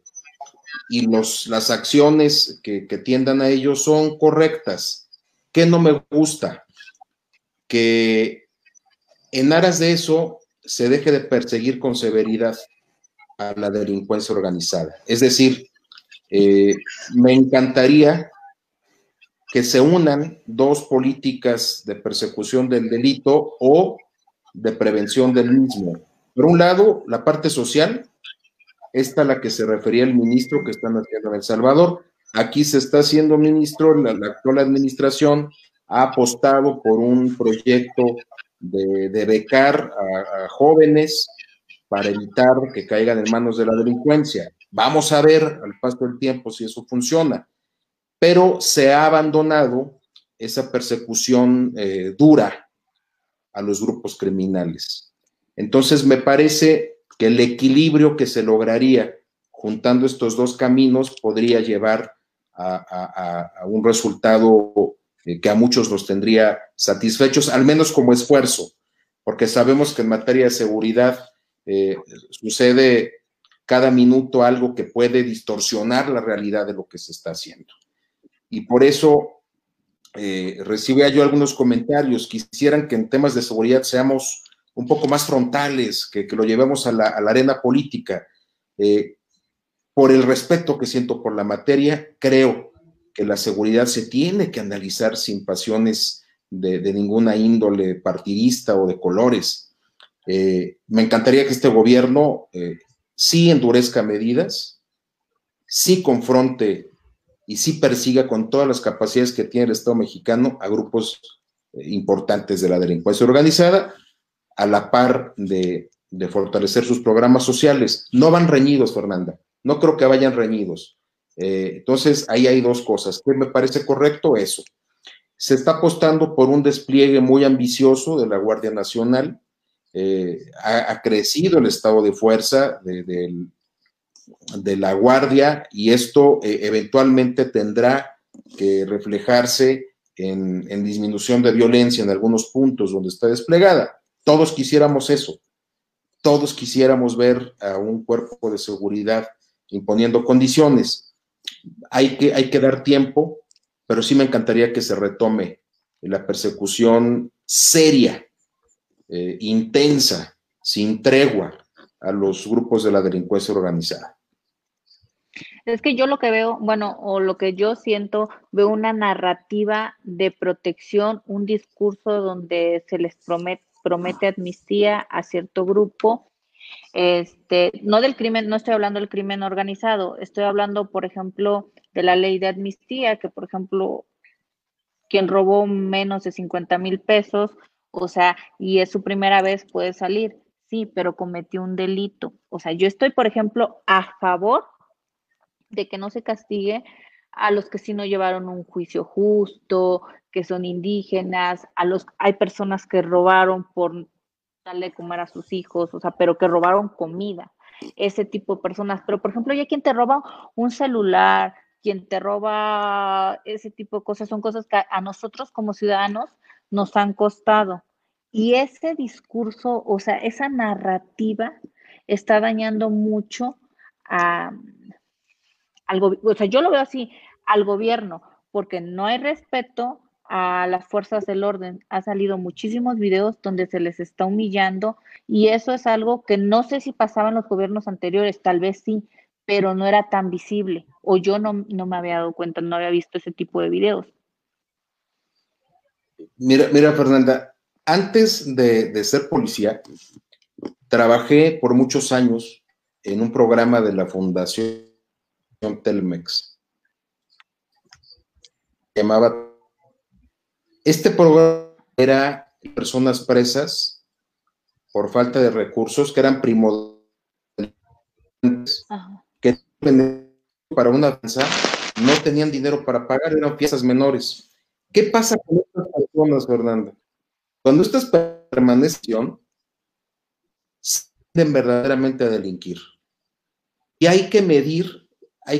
C: y las acciones que tiendan a ello son correctas. ¿Qué no me gusta? Que en aras de eso se deje de perseguir con severidad a la delincuencia organizada. Es decir, me encantaría que se unan dos políticas de persecución del delito o de prevención del mismo. Por un lado, la parte social, esta a la que se refería el ministro que están haciendo en El Salvador. Aquí se está haciendo, ministro, la actual administración ha apostado por un proyecto de becar a jóvenes para evitar que caigan en manos de la delincuencia. Vamos a ver al paso del tiempo si eso funciona. Pero se ha abandonado esa persecución dura a los grupos criminales. Entonces, me parece que el equilibrio que se lograría juntando estos dos caminos podría llevar a un resultado que a muchos los tendría satisfechos, al menos como esfuerzo, porque sabemos que en materia de seguridad sucede cada minuto algo que puede distorsionar la realidad de lo que se está haciendo. Y por eso recibía yo algunos comentarios. Quisieran que en temas de seguridad seamos un poco más frontales, que lo llevemos a la arena política. Por el respeto que siento por la materia, creo que la seguridad se tiene que analizar sin pasiones de ninguna índole partidista o de colores. Me encantaría que este gobierno sí endurezca medidas, sí confronte y sí persiga con todas las capacidades que tiene el Estado mexicano a grupos importantes de la delincuencia organizada, a la par de fortalecer sus programas sociales. No van reñidos, Fernanda, no creo que vayan reñidos. Entonces, ahí hay dos cosas. ¿Qué me parece correcto? Eso. Se está apostando por un despliegue muy ambicioso de la Guardia Nacional. Ha crecido el estado de fuerza de la Guardia y esto eventualmente tendrá que reflejarse en disminución de violencia en algunos puntos donde está desplegada. Todos quisiéramos eso. Todos quisiéramos ver a un cuerpo de seguridad imponiendo condiciones. Hay que dar tiempo, pero sí me encantaría que se retome la persecución seria, intensa, sin tregua a los grupos de la delincuencia organizada.
B: Es que yo lo que veo, bueno, o lo que yo siento, veo una narrativa de protección, un discurso donde se les promete amnistía a cierto grupo. No del crimen, no estoy hablando del crimen organizado, estoy hablando, por ejemplo, de la ley de amnistía, que por ejemplo, quien robó menos de 50,000 pesos, o sea, y es su primera vez, puede salir, sí, pero cometió un delito. O sea, yo estoy, por ejemplo, a favor de que no se castigue a los que sí no llevaron un juicio justo, que son indígenas, hay personas que robaron por darle de comer a sus hijos, o sea, pero que robaron comida, ese tipo de personas. Pero, por ejemplo, ya quien te roba un celular, quien te roba ese tipo de cosas, son cosas que a nosotros como ciudadanos nos han costado. Y ese discurso, o sea, esa narrativa está dañando mucho a, o sea, yo lo veo así, al gobierno, porque no hay respeto a las fuerzas del orden. Ha salido muchísimos videos donde se les está humillando y eso es algo que no sé si pasaba en los gobiernos anteriores, tal vez sí, pero no era tan visible o yo no me había dado cuenta, no había visto ese tipo de videos.
C: Mira, Fernanda, antes de ser policía, trabajé por muchos años en un programa de la Fundación Telmex. Este programa era personas presas por falta de recursos, que eran primordiales, que para una danza no tenían dinero para pagar, eran fiestas menores. ¿Qué pasa con estas personas, Fernanda? Cuando estas permanecen, tienden verdaderamente a delinquir. Y hay que medir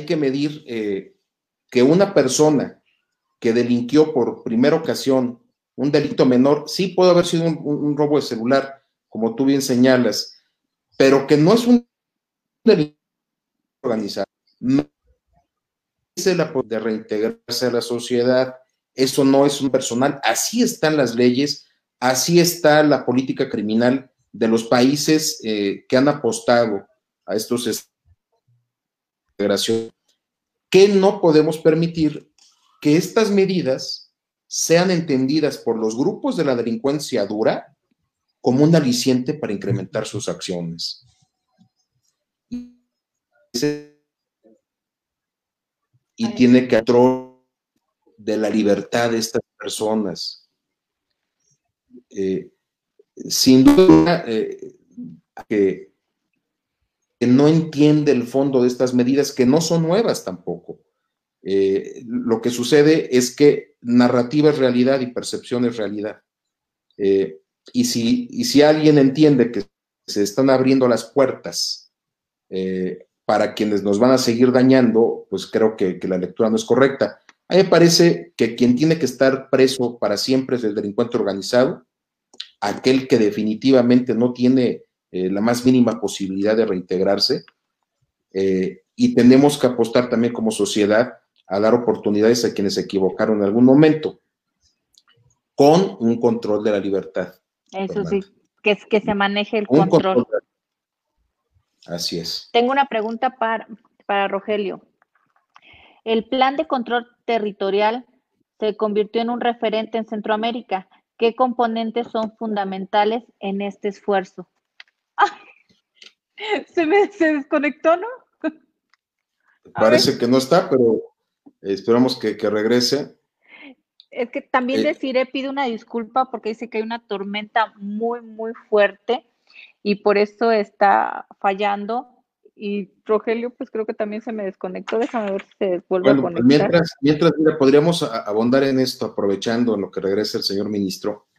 C: que una persona que delinquió por primera ocasión un delito menor, sí puede haber sido un robo de celular, como tú bien señalas, pero que no es un delito organizado. No dice la de reintegrarse a la sociedad, eso no es un personal, así están las leyes, así está la política criminal de los países que han apostado a estos integración, que no podemos permitir que estas medidas sean entendidas por los grupos de la delincuencia dura como un aliciente para incrementar sus acciones. Y tiene que control de la libertad de estas personas. Sin duda que no entiende el fondo de estas medidas, que no son nuevas tampoco. Lo que sucede es que narrativa es realidad y percepción es realidad. Y si alguien entiende que se están abriendo las puertas para quienes nos van a seguir dañando, pues creo que la lectura no es correcta. A mí me parece que quien tiene que estar preso para siempre es el delincuente organizado, aquel que definitivamente no tiene la más mínima posibilidad de reintegrarse, y tenemos que apostar también como sociedad a dar oportunidades a quienes se equivocaron en algún momento, con un control de la libertad.
B: Eso Fernanda. Sí, que se maneje el control.
C: Así es.
B: Tengo una pregunta para Rogelio. El plan de control territorial se convirtió en un referente en Centroamérica. ¿Qué componentes son fundamentales en este esfuerzo? ¡Ay! Se desconectó, ¿no?
C: Parece que no está, pero esperamos que regrese.
B: Es que también Desiree pide una disculpa porque dice que hay una tormenta muy, muy fuerte y por eso está fallando. Y Rogelio, pues creo que también se me desconectó. Déjame ver si se vuelve a conectar.
C: Mientras mira, podríamos abondar en esto, aprovechando en lo que regresa el señor ministro.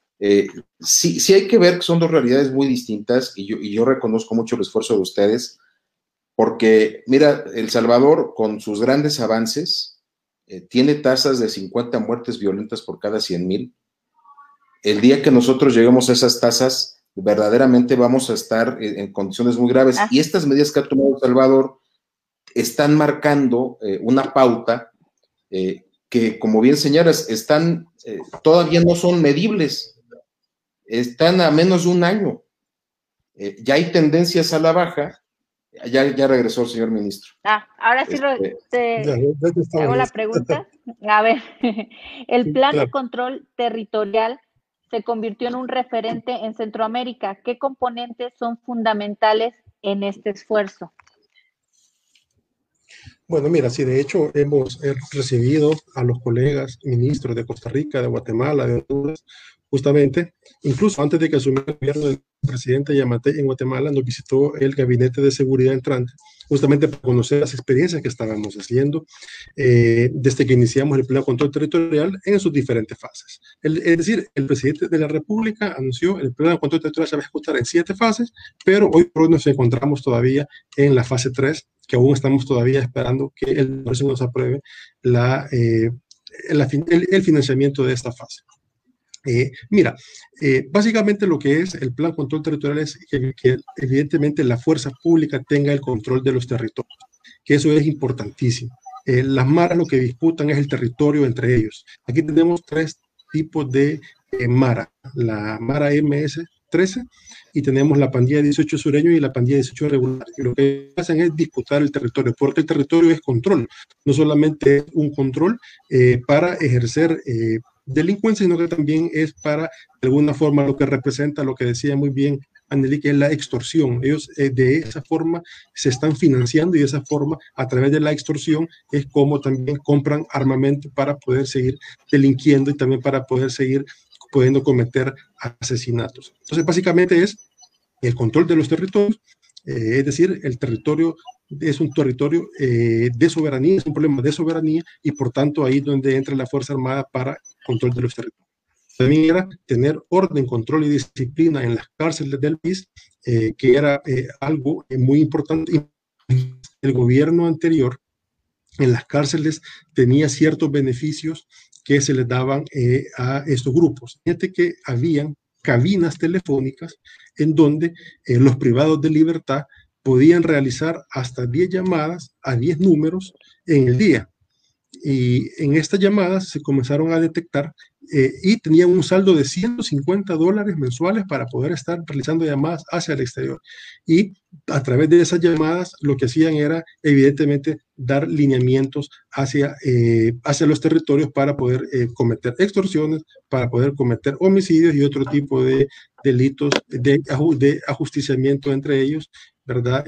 C: Sí hay que ver que son dos realidades muy distintas y yo reconozco mucho el esfuerzo de ustedes, porque, mira, El Salvador, con sus grandes avances, tiene tasas de 50 muertes violentas por cada 100,000. El día que nosotros lleguemos a esas tasas, verdaderamente vamos a estar en condiciones muy graves. Y estas medidas que ha tomado El Salvador están marcando una pauta que, como bien señalas, todavía no son medibles, están a menos de un año. Ya hay tendencias a la baja Ya regresó el señor ministro.
B: Ahora sí te hago la pregunta. A ver, el plan de control territorial se convirtió en un referente en Centroamérica. ¿Qué componentes son fundamentales en este esfuerzo?
D: Bueno, mira, sí, de hecho hemos recibido a los colegas ministros de Costa Rica, de Guatemala, de Honduras, justamente, incluso antes de que asumiera el gobierno del presidente Yamatei en Guatemala, nos visitó el Gabinete de Seguridad entrante, justamente para conocer las experiencias que estábamos haciendo desde que iniciamos el plan de control territorial en sus diferentes fases. Es decir, el presidente de la República anunció el plan de control territorial se va a ejecutar en 7 fases, pero hoy por hoy nos encontramos todavía en la fase 3, que aún estamos todavía esperando que el Congreso nos apruebe el financiamiento de esta fase. Mira, básicamente lo que es el plan control territorial es que evidentemente la fuerza pública tenga el control de los territorios, que eso es importantísimo. Las maras lo que disputan es el territorio entre ellos. Aquí tenemos 3 tipos de mara, la mara MS-13 y tenemos la pandilla 18 sureño y la pandilla 18 regular. Y lo que hacen es disputar el territorio, porque el territorio es control, no solamente es un control para ejercer delincuencia, sino que también es para, de alguna forma, lo que representa, lo que decía muy bien Anneli, que es la extorsión. Ellos de esa forma se están financiando y de esa forma, a través de la extorsión, es como también compran armamento para poder seguir delinquiendo y también para poder seguir pudiendo cometer asesinatos. Entonces, básicamente es el control de los territorios, es decir, el territorio es un territorio de soberanía, es un problema de soberanía y por tanto ahí es donde entra la Fuerza Armada para control de los territorios. También era tener orden, control y disciplina en las cárceles del país, que era algo muy importante. El gobierno anterior en las cárceles tenía ciertos beneficios que se les daban a estos grupos. Fíjate que habían cabinas telefónicas en donde los privados de libertad podían realizar hasta 10 llamadas a 10 números en el día. Y en estas llamadas se comenzaron a detectar y tenían un saldo de $150 mensuales para poder estar realizando llamadas hacia el exterior. Y a través de esas llamadas lo que hacían era evidentemente dar lineamientos hacia los territorios para poder cometer extorsiones, para poder cometer homicidios y otro tipo de delitos de ajusticiamiento entre ellos, ¿verdad?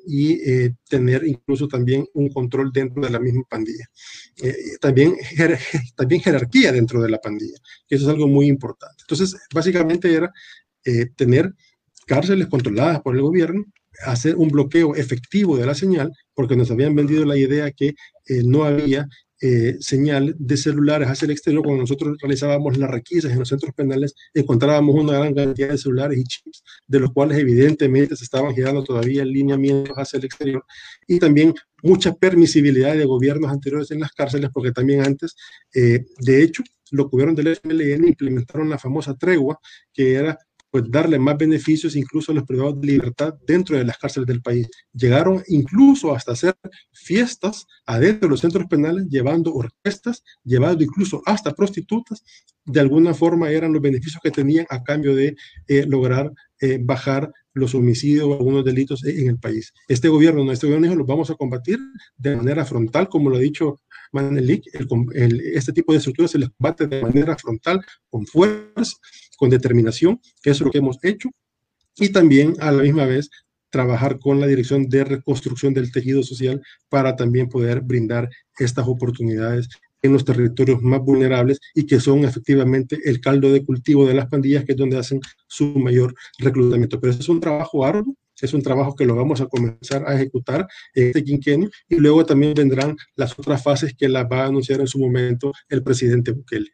D: Tener incluso también un control dentro de la misma pandilla. También jerarquía dentro de la pandilla, que eso es algo muy importante. Entonces, básicamente era tener cárceles controladas por el gobierno, hacer un bloqueo efectivo de la señal, porque nos habían vendido la idea que no había señal de celulares hacia el exterior. Cuando nosotros realizábamos las requisas en los centros penales, encontrábamos una gran cantidad de celulares y chips, de los cuales evidentemente se estaban girando todavía lineamientos hacia el exterior, y también mucha permisibilidad de gobiernos anteriores en las cárceles, porque también antes, de hecho, los gobiernos del FMLN implementaron la famosa tregua, que era pues darle más beneficios incluso a los privados de libertad dentro de las cárceles del país. Llegaron incluso hasta hacer fiestas adentro de los centros penales, llevando orquestas, llevando incluso hasta prostitutas. De alguna forma eran los beneficios que tenían a cambio de lograr bajar los homicidios o algunos delitos en el país. Este gobierno dijo, los vamos a combatir de manera frontal, como lo ha dicho Manelik, este tipo de estructuras se les combate de manera frontal, con fuerza, con determinación, que eso es lo que hemos hecho, y también a la misma vez trabajar con la Dirección de Reconstrucción del Tejido Social para también poder brindar estas oportunidades en los territorios más vulnerables y que son efectivamente el caldo de cultivo de las pandillas, que es donde hacen su mayor reclutamiento. Pero eso es un trabajo arduo, es un trabajo que lo vamos a comenzar a ejecutar en este quinquenio y luego también vendrán las otras fases que las va a anunciar en su momento el presidente Bukele.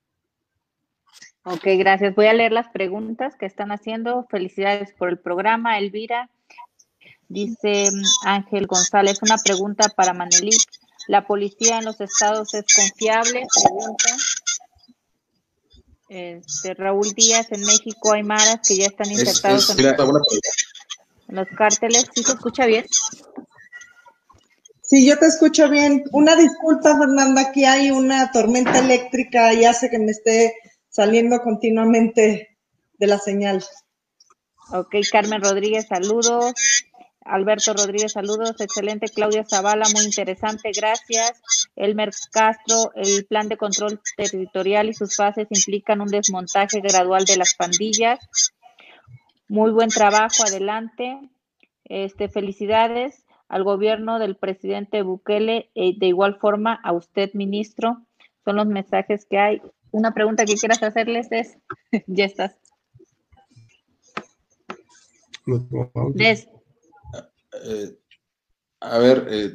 B: Ok, gracias. Voy a leer las preguntas que están haciendo. Felicidades por el programa, Elvira. Dice Ángel González, una pregunta para Manelik. ¿La policía en los estados es confiable? Pregunta. Raúl Díaz, en México hay maras que ya están insertados en los cárteles. ¿Sí se escucha bien?
A: Sí, yo te escucho bien. Una disculpa, Fernanda, aquí hay una tormenta eléctrica y hace que me esté saliendo continuamente de la señal.
B: Ok, Carmen Rodríguez, saludos. Alberto Rodríguez, saludos, excelente. Claudia Zavala, muy interesante, gracias. Elmer Castro, el plan de control territorial y sus fases implican un desmontaje gradual de las pandillas. Muy buen trabajo, adelante. Felicidades al gobierno del presidente Bukele, de igual forma a usted, ministro. Son los mensajes que hay. Una pregunta que quieras hacerles es, ya estás.
C: A ver,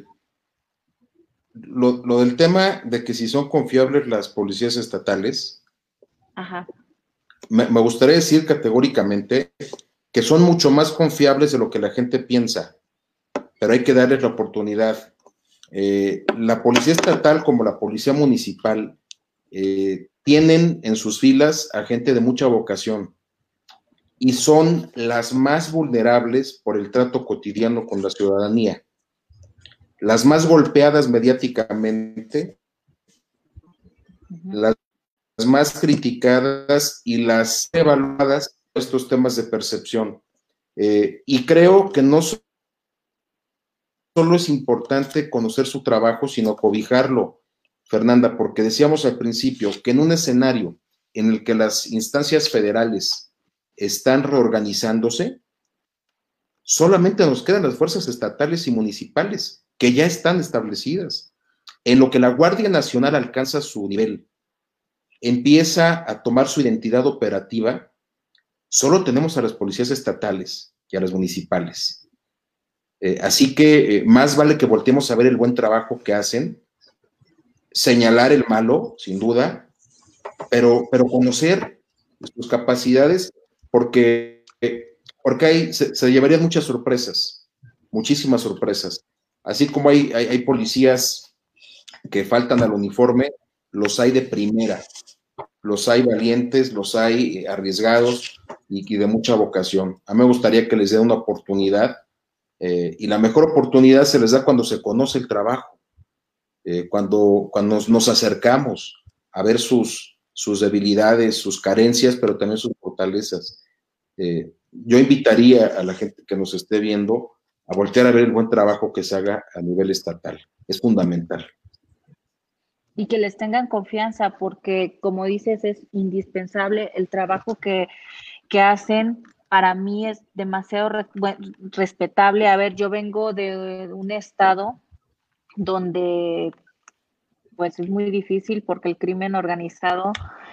C: lo del tema de que si son confiables las policías estatales,
B: ajá,
C: me gustaría decir categóricamente que son mucho más confiables de lo que la gente piensa, pero hay que darles la oportunidad. La policía estatal como la policía municipal tienen en sus filas a gente de mucha vocación y son las más vulnerables por el trato cotidiano con la ciudadanía, las más golpeadas mediáticamente, las más criticadas y las evaluadas por estos temas de percepción. Y creo que no solo es importante conocer su trabajo, sino cobijarlo, Fernanda, porque decíamos al principio que en un escenario en el que las instancias federales están reorganizándose, solamente nos quedan las fuerzas estatales y municipales, que ya están establecidas. En lo que la Guardia Nacional alcanza su nivel, empieza a tomar su identidad operativa, solo tenemos a las policías estatales y a las municipales. Así que más vale que volteemos a ver el buen trabajo que hacen, señalar el malo, sin duda, pero conocer sus capacidades, porque se llevarían muchas sorpresas, muchísimas sorpresas. Así como hay policías que faltan al uniforme, los hay de primera, los hay valientes, los hay arriesgados y de mucha vocación. A mí me gustaría que les dé una oportunidad, y la mejor oportunidad se les da cuando se conoce el trabajo, cuando nos acercamos a ver sus debilidades, sus carencias, pero también sus fortalezas. Yo invitaría a la gente que nos esté viendo a voltear a ver el buen trabajo que se haga a nivel estatal. Es fundamental.
B: Y que les tengan confianza, porque como dices, es indispensable el trabajo que hacen. Para mí es demasiado respetable. A ver, yo vengo de un estado donde pues es muy difícil porque el crimen organizado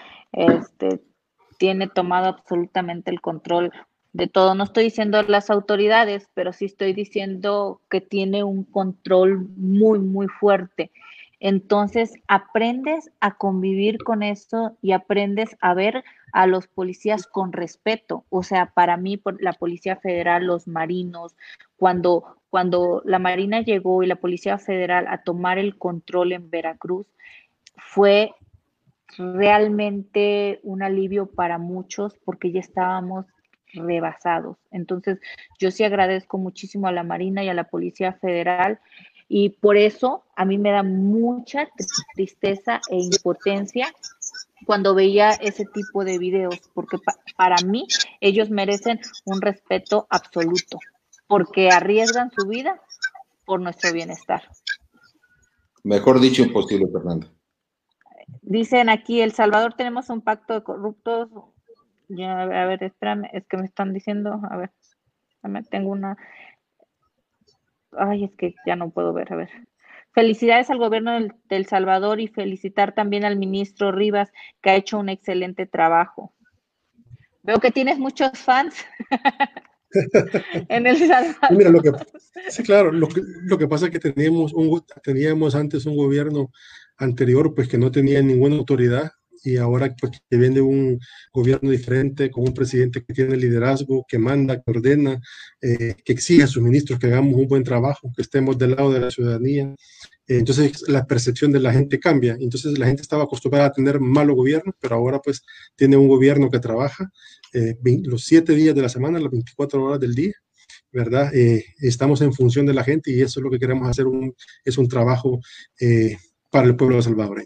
B: tiene tomado absolutamente el control de todo. No estoy diciendo las autoridades, pero sí estoy diciendo que tiene un control muy, muy fuerte. Entonces, aprendes a convivir con esto y aprendes a ver a los policías con respeto. O sea, para mí, la Policía Federal, los marinos, cuando la Marina llegó y la Policía Federal a tomar el control en Veracruz, fue realmente un alivio para muchos porque ya estábamos rebasados. Entonces, yo sí agradezco muchísimo a la Marina y a la Policía Federal y por eso a mí me da mucha tristeza e impotencia cuando veía ese tipo de videos, porque para mí ellos merecen un respeto absoluto, porque arriesgan su vida por nuestro bienestar.
C: Mejor dicho, imposible, Fernanda.
B: Dicen aquí, El Salvador tenemos un pacto de corruptos. Ya, a ver, espérame, es que me están diciendo, a ver, tengo una. Ay, es que ya no puedo ver, a ver. Felicidades al gobierno de El Salvador y felicitar también al ministro Rivas, que ha hecho un excelente trabajo. Veo que tienes muchos fans en El Salvador.
D: Mira, sí, claro, lo que pasa es que teníamos antes un gobierno anterior, pues que no tenía ninguna autoridad, y ahora pues, que viene un gobierno diferente, con un presidente que tiene liderazgo, que manda, que ordena, que exige a sus ministros que hagamos un buen trabajo, que estemos del lado de la ciudadanía. Entonces la percepción de la gente cambia. Entonces la gente estaba acostumbrada a tener malo gobierno, pero ahora pues tiene un gobierno que trabaja los 7 días de la semana, las 24 horas del día, ¿verdad? Estamos en función de la gente y eso es lo que queremos hacer, es un trabajo para el pueblo salvadoreño.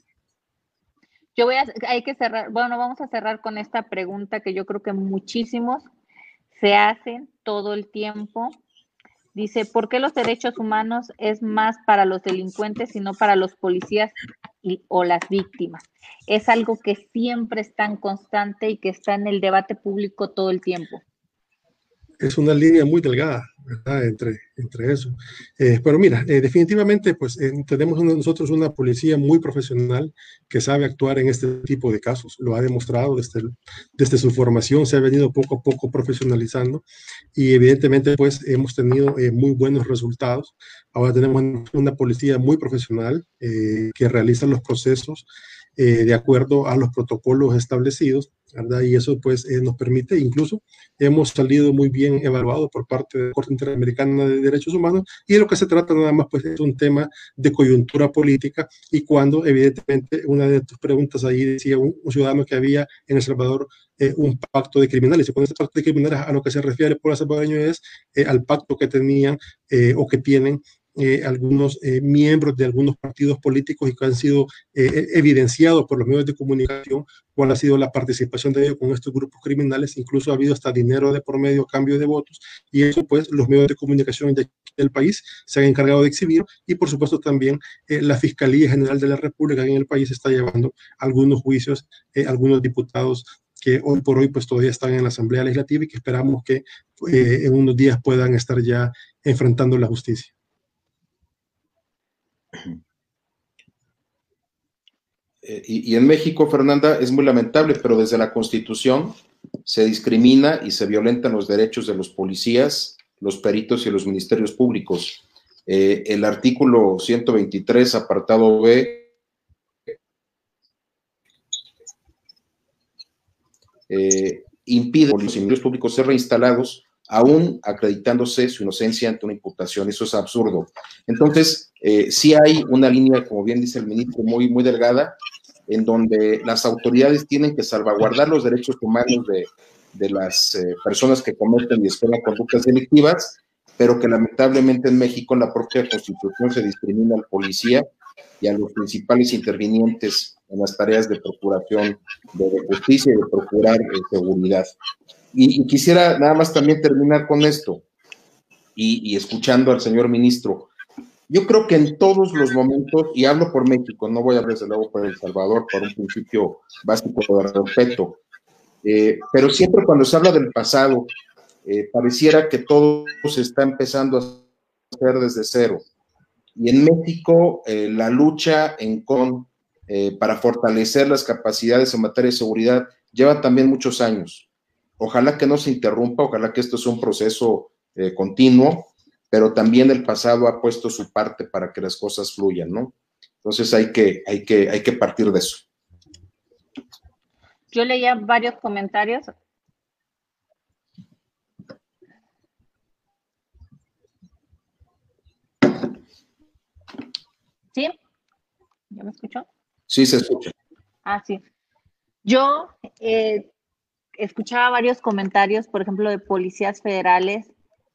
B: Hay que cerrar, bueno, vamos a cerrar con esta pregunta que yo creo que muchísimos se hacen todo el tiempo. Dice, ¿por qué los derechos humanos es más para los delincuentes y no para los policías o las víctimas? Es algo que siempre está en constante y que está en el debate público todo el tiempo.
D: Es una línea muy delgada, ¿verdad? Entre eso. Pero mira, definitivamente, pues tenemos nosotros una policía muy profesional que sabe actuar en este tipo de casos. Lo ha demostrado desde su formación, se ha venido poco a poco profesionalizando y evidentemente, pues hemos tenido muy buenos resultados. Ahora tenemos una policía muy profesional que realiza los procesos de acuerdo a los protocolos establecidos, ¿verdad? Y eso pues nos permite, incluso hemos salido muy bien evaluados por parte de la Corte Interamericana de Derechos Humanos, y de lo que se trata nada más pues es un tema de coyuntura política, y cuando evidentemente una de tus preguntas ahí decía un ciudadano que había en El Salvador un pacto de criminales, y con este pacto de criminales a lo que se refiere el pueblo salvadoreño es al pacto que tenían o que tienen algunos miembros de algunos partidos políticos y que han sido evidenciados por los medios de comunicación cuál ha sido la participación de ellos con estos grupos criminales. Incluso ha habido hasta dinero de por medio, cambio de votos, y eso pues los medios de comunicación del país se han encargado de exhibir, y por supuesto también la Fiscalía General de la República en el país está llevando algunos juicios, algunos diputados que hoy por hoy pues todavía están en la Asamblea Legislativa y que esperamos que en unos días puedan estar ya enfrentando la justicia.
C: Y en México, Fernanda, es muy lamentable, pero desde la Constitución se discrimina y se violentan los derechos de los policías, los peritos y los ministerios públicos. El artículo 123, apartado B, impide a los ministerios públicos ser reinstalados aún acreditándose su inocencia ante una imputación. Eso es absurdo. Entonces, sí hay una línea, como bien dice el ministro, muy, muy delgada, en donde las autoridades tienen que salvaguardar los derechos humanos de las personas que cometen y esperan conductas delictivas, pero que lamentablemente en México, en la propia Constitución, se discrimina al policía y a los principales intervinientes en las tareas de procuración de justicia y de procurar seguridad. Y quisiera nada más también terminar con esto, y escuchando al señor ministro. Yo creo que en todos los momentos, y hablo por México, no voy a hablar desde luego por El Salvador, por un principio básico de respeto, pero siempre cuando se habla del pasado, pareciera que todo se está empezando a hacer desde cero. Y en México, la lucha para fortalecer las capacidades en materia de seguridad lleva también muchos años. Ojalá que no se interrumpa, ojalá que esto sea un proceso continuo, pero también el pasado ha puesto su parte para que las cosas fluyan, ¿no? Entonces hay que partir de eso.
B: Yo leía varios comentarios. ¿Sí? ¿Ya me escuchó?
C: Sí, se escucha.
B: Ah, sí. Yo escuchaba varios comentarios, por ejemplo, de policías federales.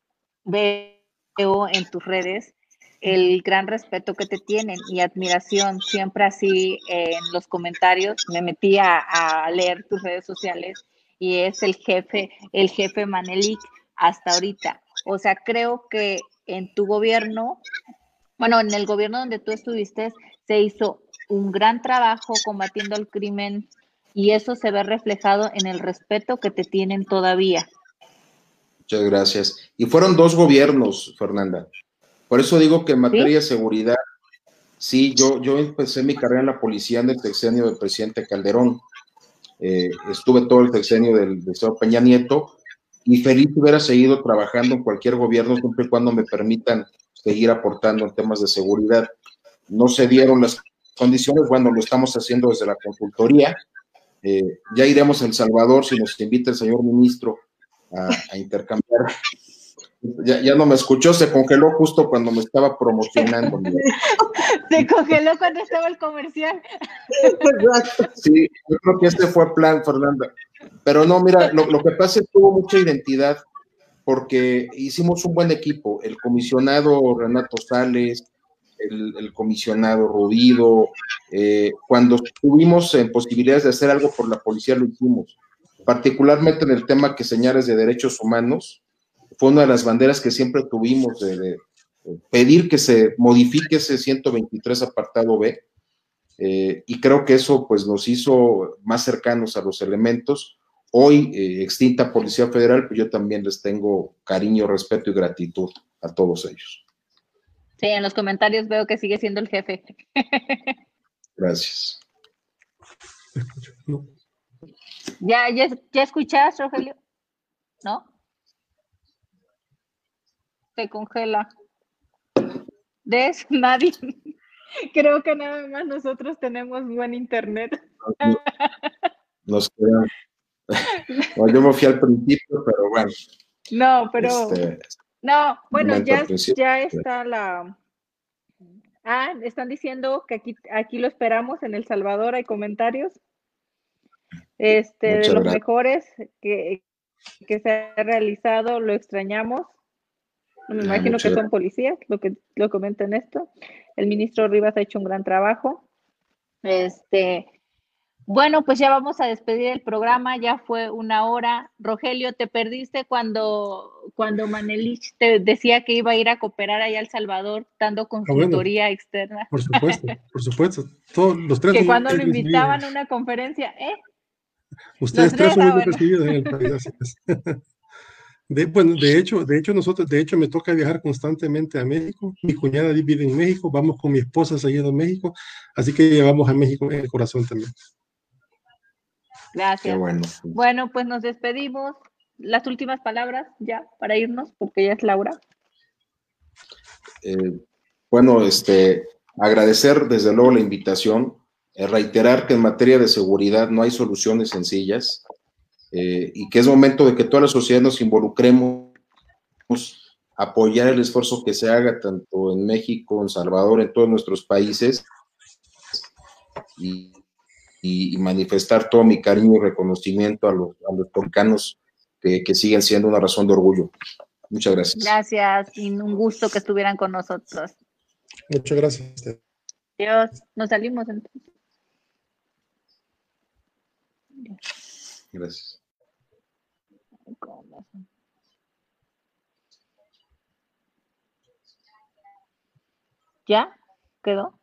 B: Veo en tus redes el gran respeto que te tienen y admiración. Siempre así en los comentarios me metí a leer tus redes sociales y es el jefe Manelik hasta ahorita. O sea, creo que en tu gobierno, bueno, en el gobierno donde tú estuviste, se hizo un gran trabajo combatiendo el crimen y eso se ve reflejado en el respeto que te tienen todavía.
C: Muchas gracias. Y fueron 2 gobiernos, Fernanda. Por eso digo que en materia de seguridad, sí, yo empecé mi carrera en la policía en el sexenio del presidente Calderón. Estuve todo el sexenio del señor Peña Nieto y feliz hubiera seguido trabajando en cualquier gobierno siempre y cuando me permitan seguir aportando en temas de seguridad. No se dieron las condiciones, bueno, lo estamos haciendo desde la consultoría. Ya iremos a El Salvador si nos invita el señor ministro a intercambiar. Ya no me escuchó, se congeló justo cuando me estaba promocionando.
B: Se congeló cuando estaba el comercial.
C: Sí, yo creo que este fue el plan, Fernanda. Pero no, mira, lo que pasa es que tuvo mucha identidad porque hicimos un buen equipo. El comisionado Renato Sales, el comisionado Rubido, cuando estuvimos en posibilidades de hacer algo por la policía lo hicimos, particularmente en el tema que señales de derechos humanos. fue una de las banderas que siempre tuvimos de pedir que se modifique ese 123 apartado B, y creo que eso pues nos hizo más cercanos a los elementos. Hoy, extinta Policía Federal, pues yo también les tengo cariño, respeto y gratitud a todos ellos.
B: Sí, en los comentarios veo que sigue siendo el jefe.
C: Gracias.
D: No.
B: ¿Ya escuchas, Rogelio? ¿No? Se congela. ¿Ves? Nadie. Creo que nada más nosotros tenemos buen internet.
C: Nos quedan. Bueno, yo me fui al principio, pero bueno.
B: No, pero no, bueno, ya está están diciendo que aquí lo esperamos en El Salvador, hay comentarios. De los mejores que se ha realizado, lo extrañamos. Me imagino que son policías, lo comentan esto. El ministro Rivas ha hecho un gran trabajo. Bueno, pues ya vamos a despedir el programa, ya fue 1 hora. Rogelio, te perdiste cuando Manelich te decía que iba a ir a cooperar allá a El Salvador, dando consultoría externa.
D: Por supuesto. Todos los tres
B: que cuando lo invitaban a una conferencia,
D: Ustedes tres son muy recibidos en el país, así es. De hecho, me toca viajar constantemente a México. Mi cuñada vive en México, vamos con mi esposa saliendo a México, así que llevamos a México en el corazón también.
B: Gracias. Bueno, pues nos despedimos. Las últimas palabras ya para irnos, porque ya es la hora.
C: Bueno, agradecer desde luego la invitación, reiterar que en materia de seguridad no hay soluciones sencillas, y que es momento de que toda la sociedad nos involucremos, apoyar el esfuerzo que se haga tanto en México, en Salvador, en todos nuestros países, y manifestar todo mi cariño y reconocimiento a los mexicanos que siguen siendo una razón de orgullo. Muchas gracias.
B: Gracias, y un gusto que estuvieran con nosotros.
D: Muchas gracias.
B: Dios, nos salimos entonces.
C: Gracias.
B: ¿Ya? ¿Quedó?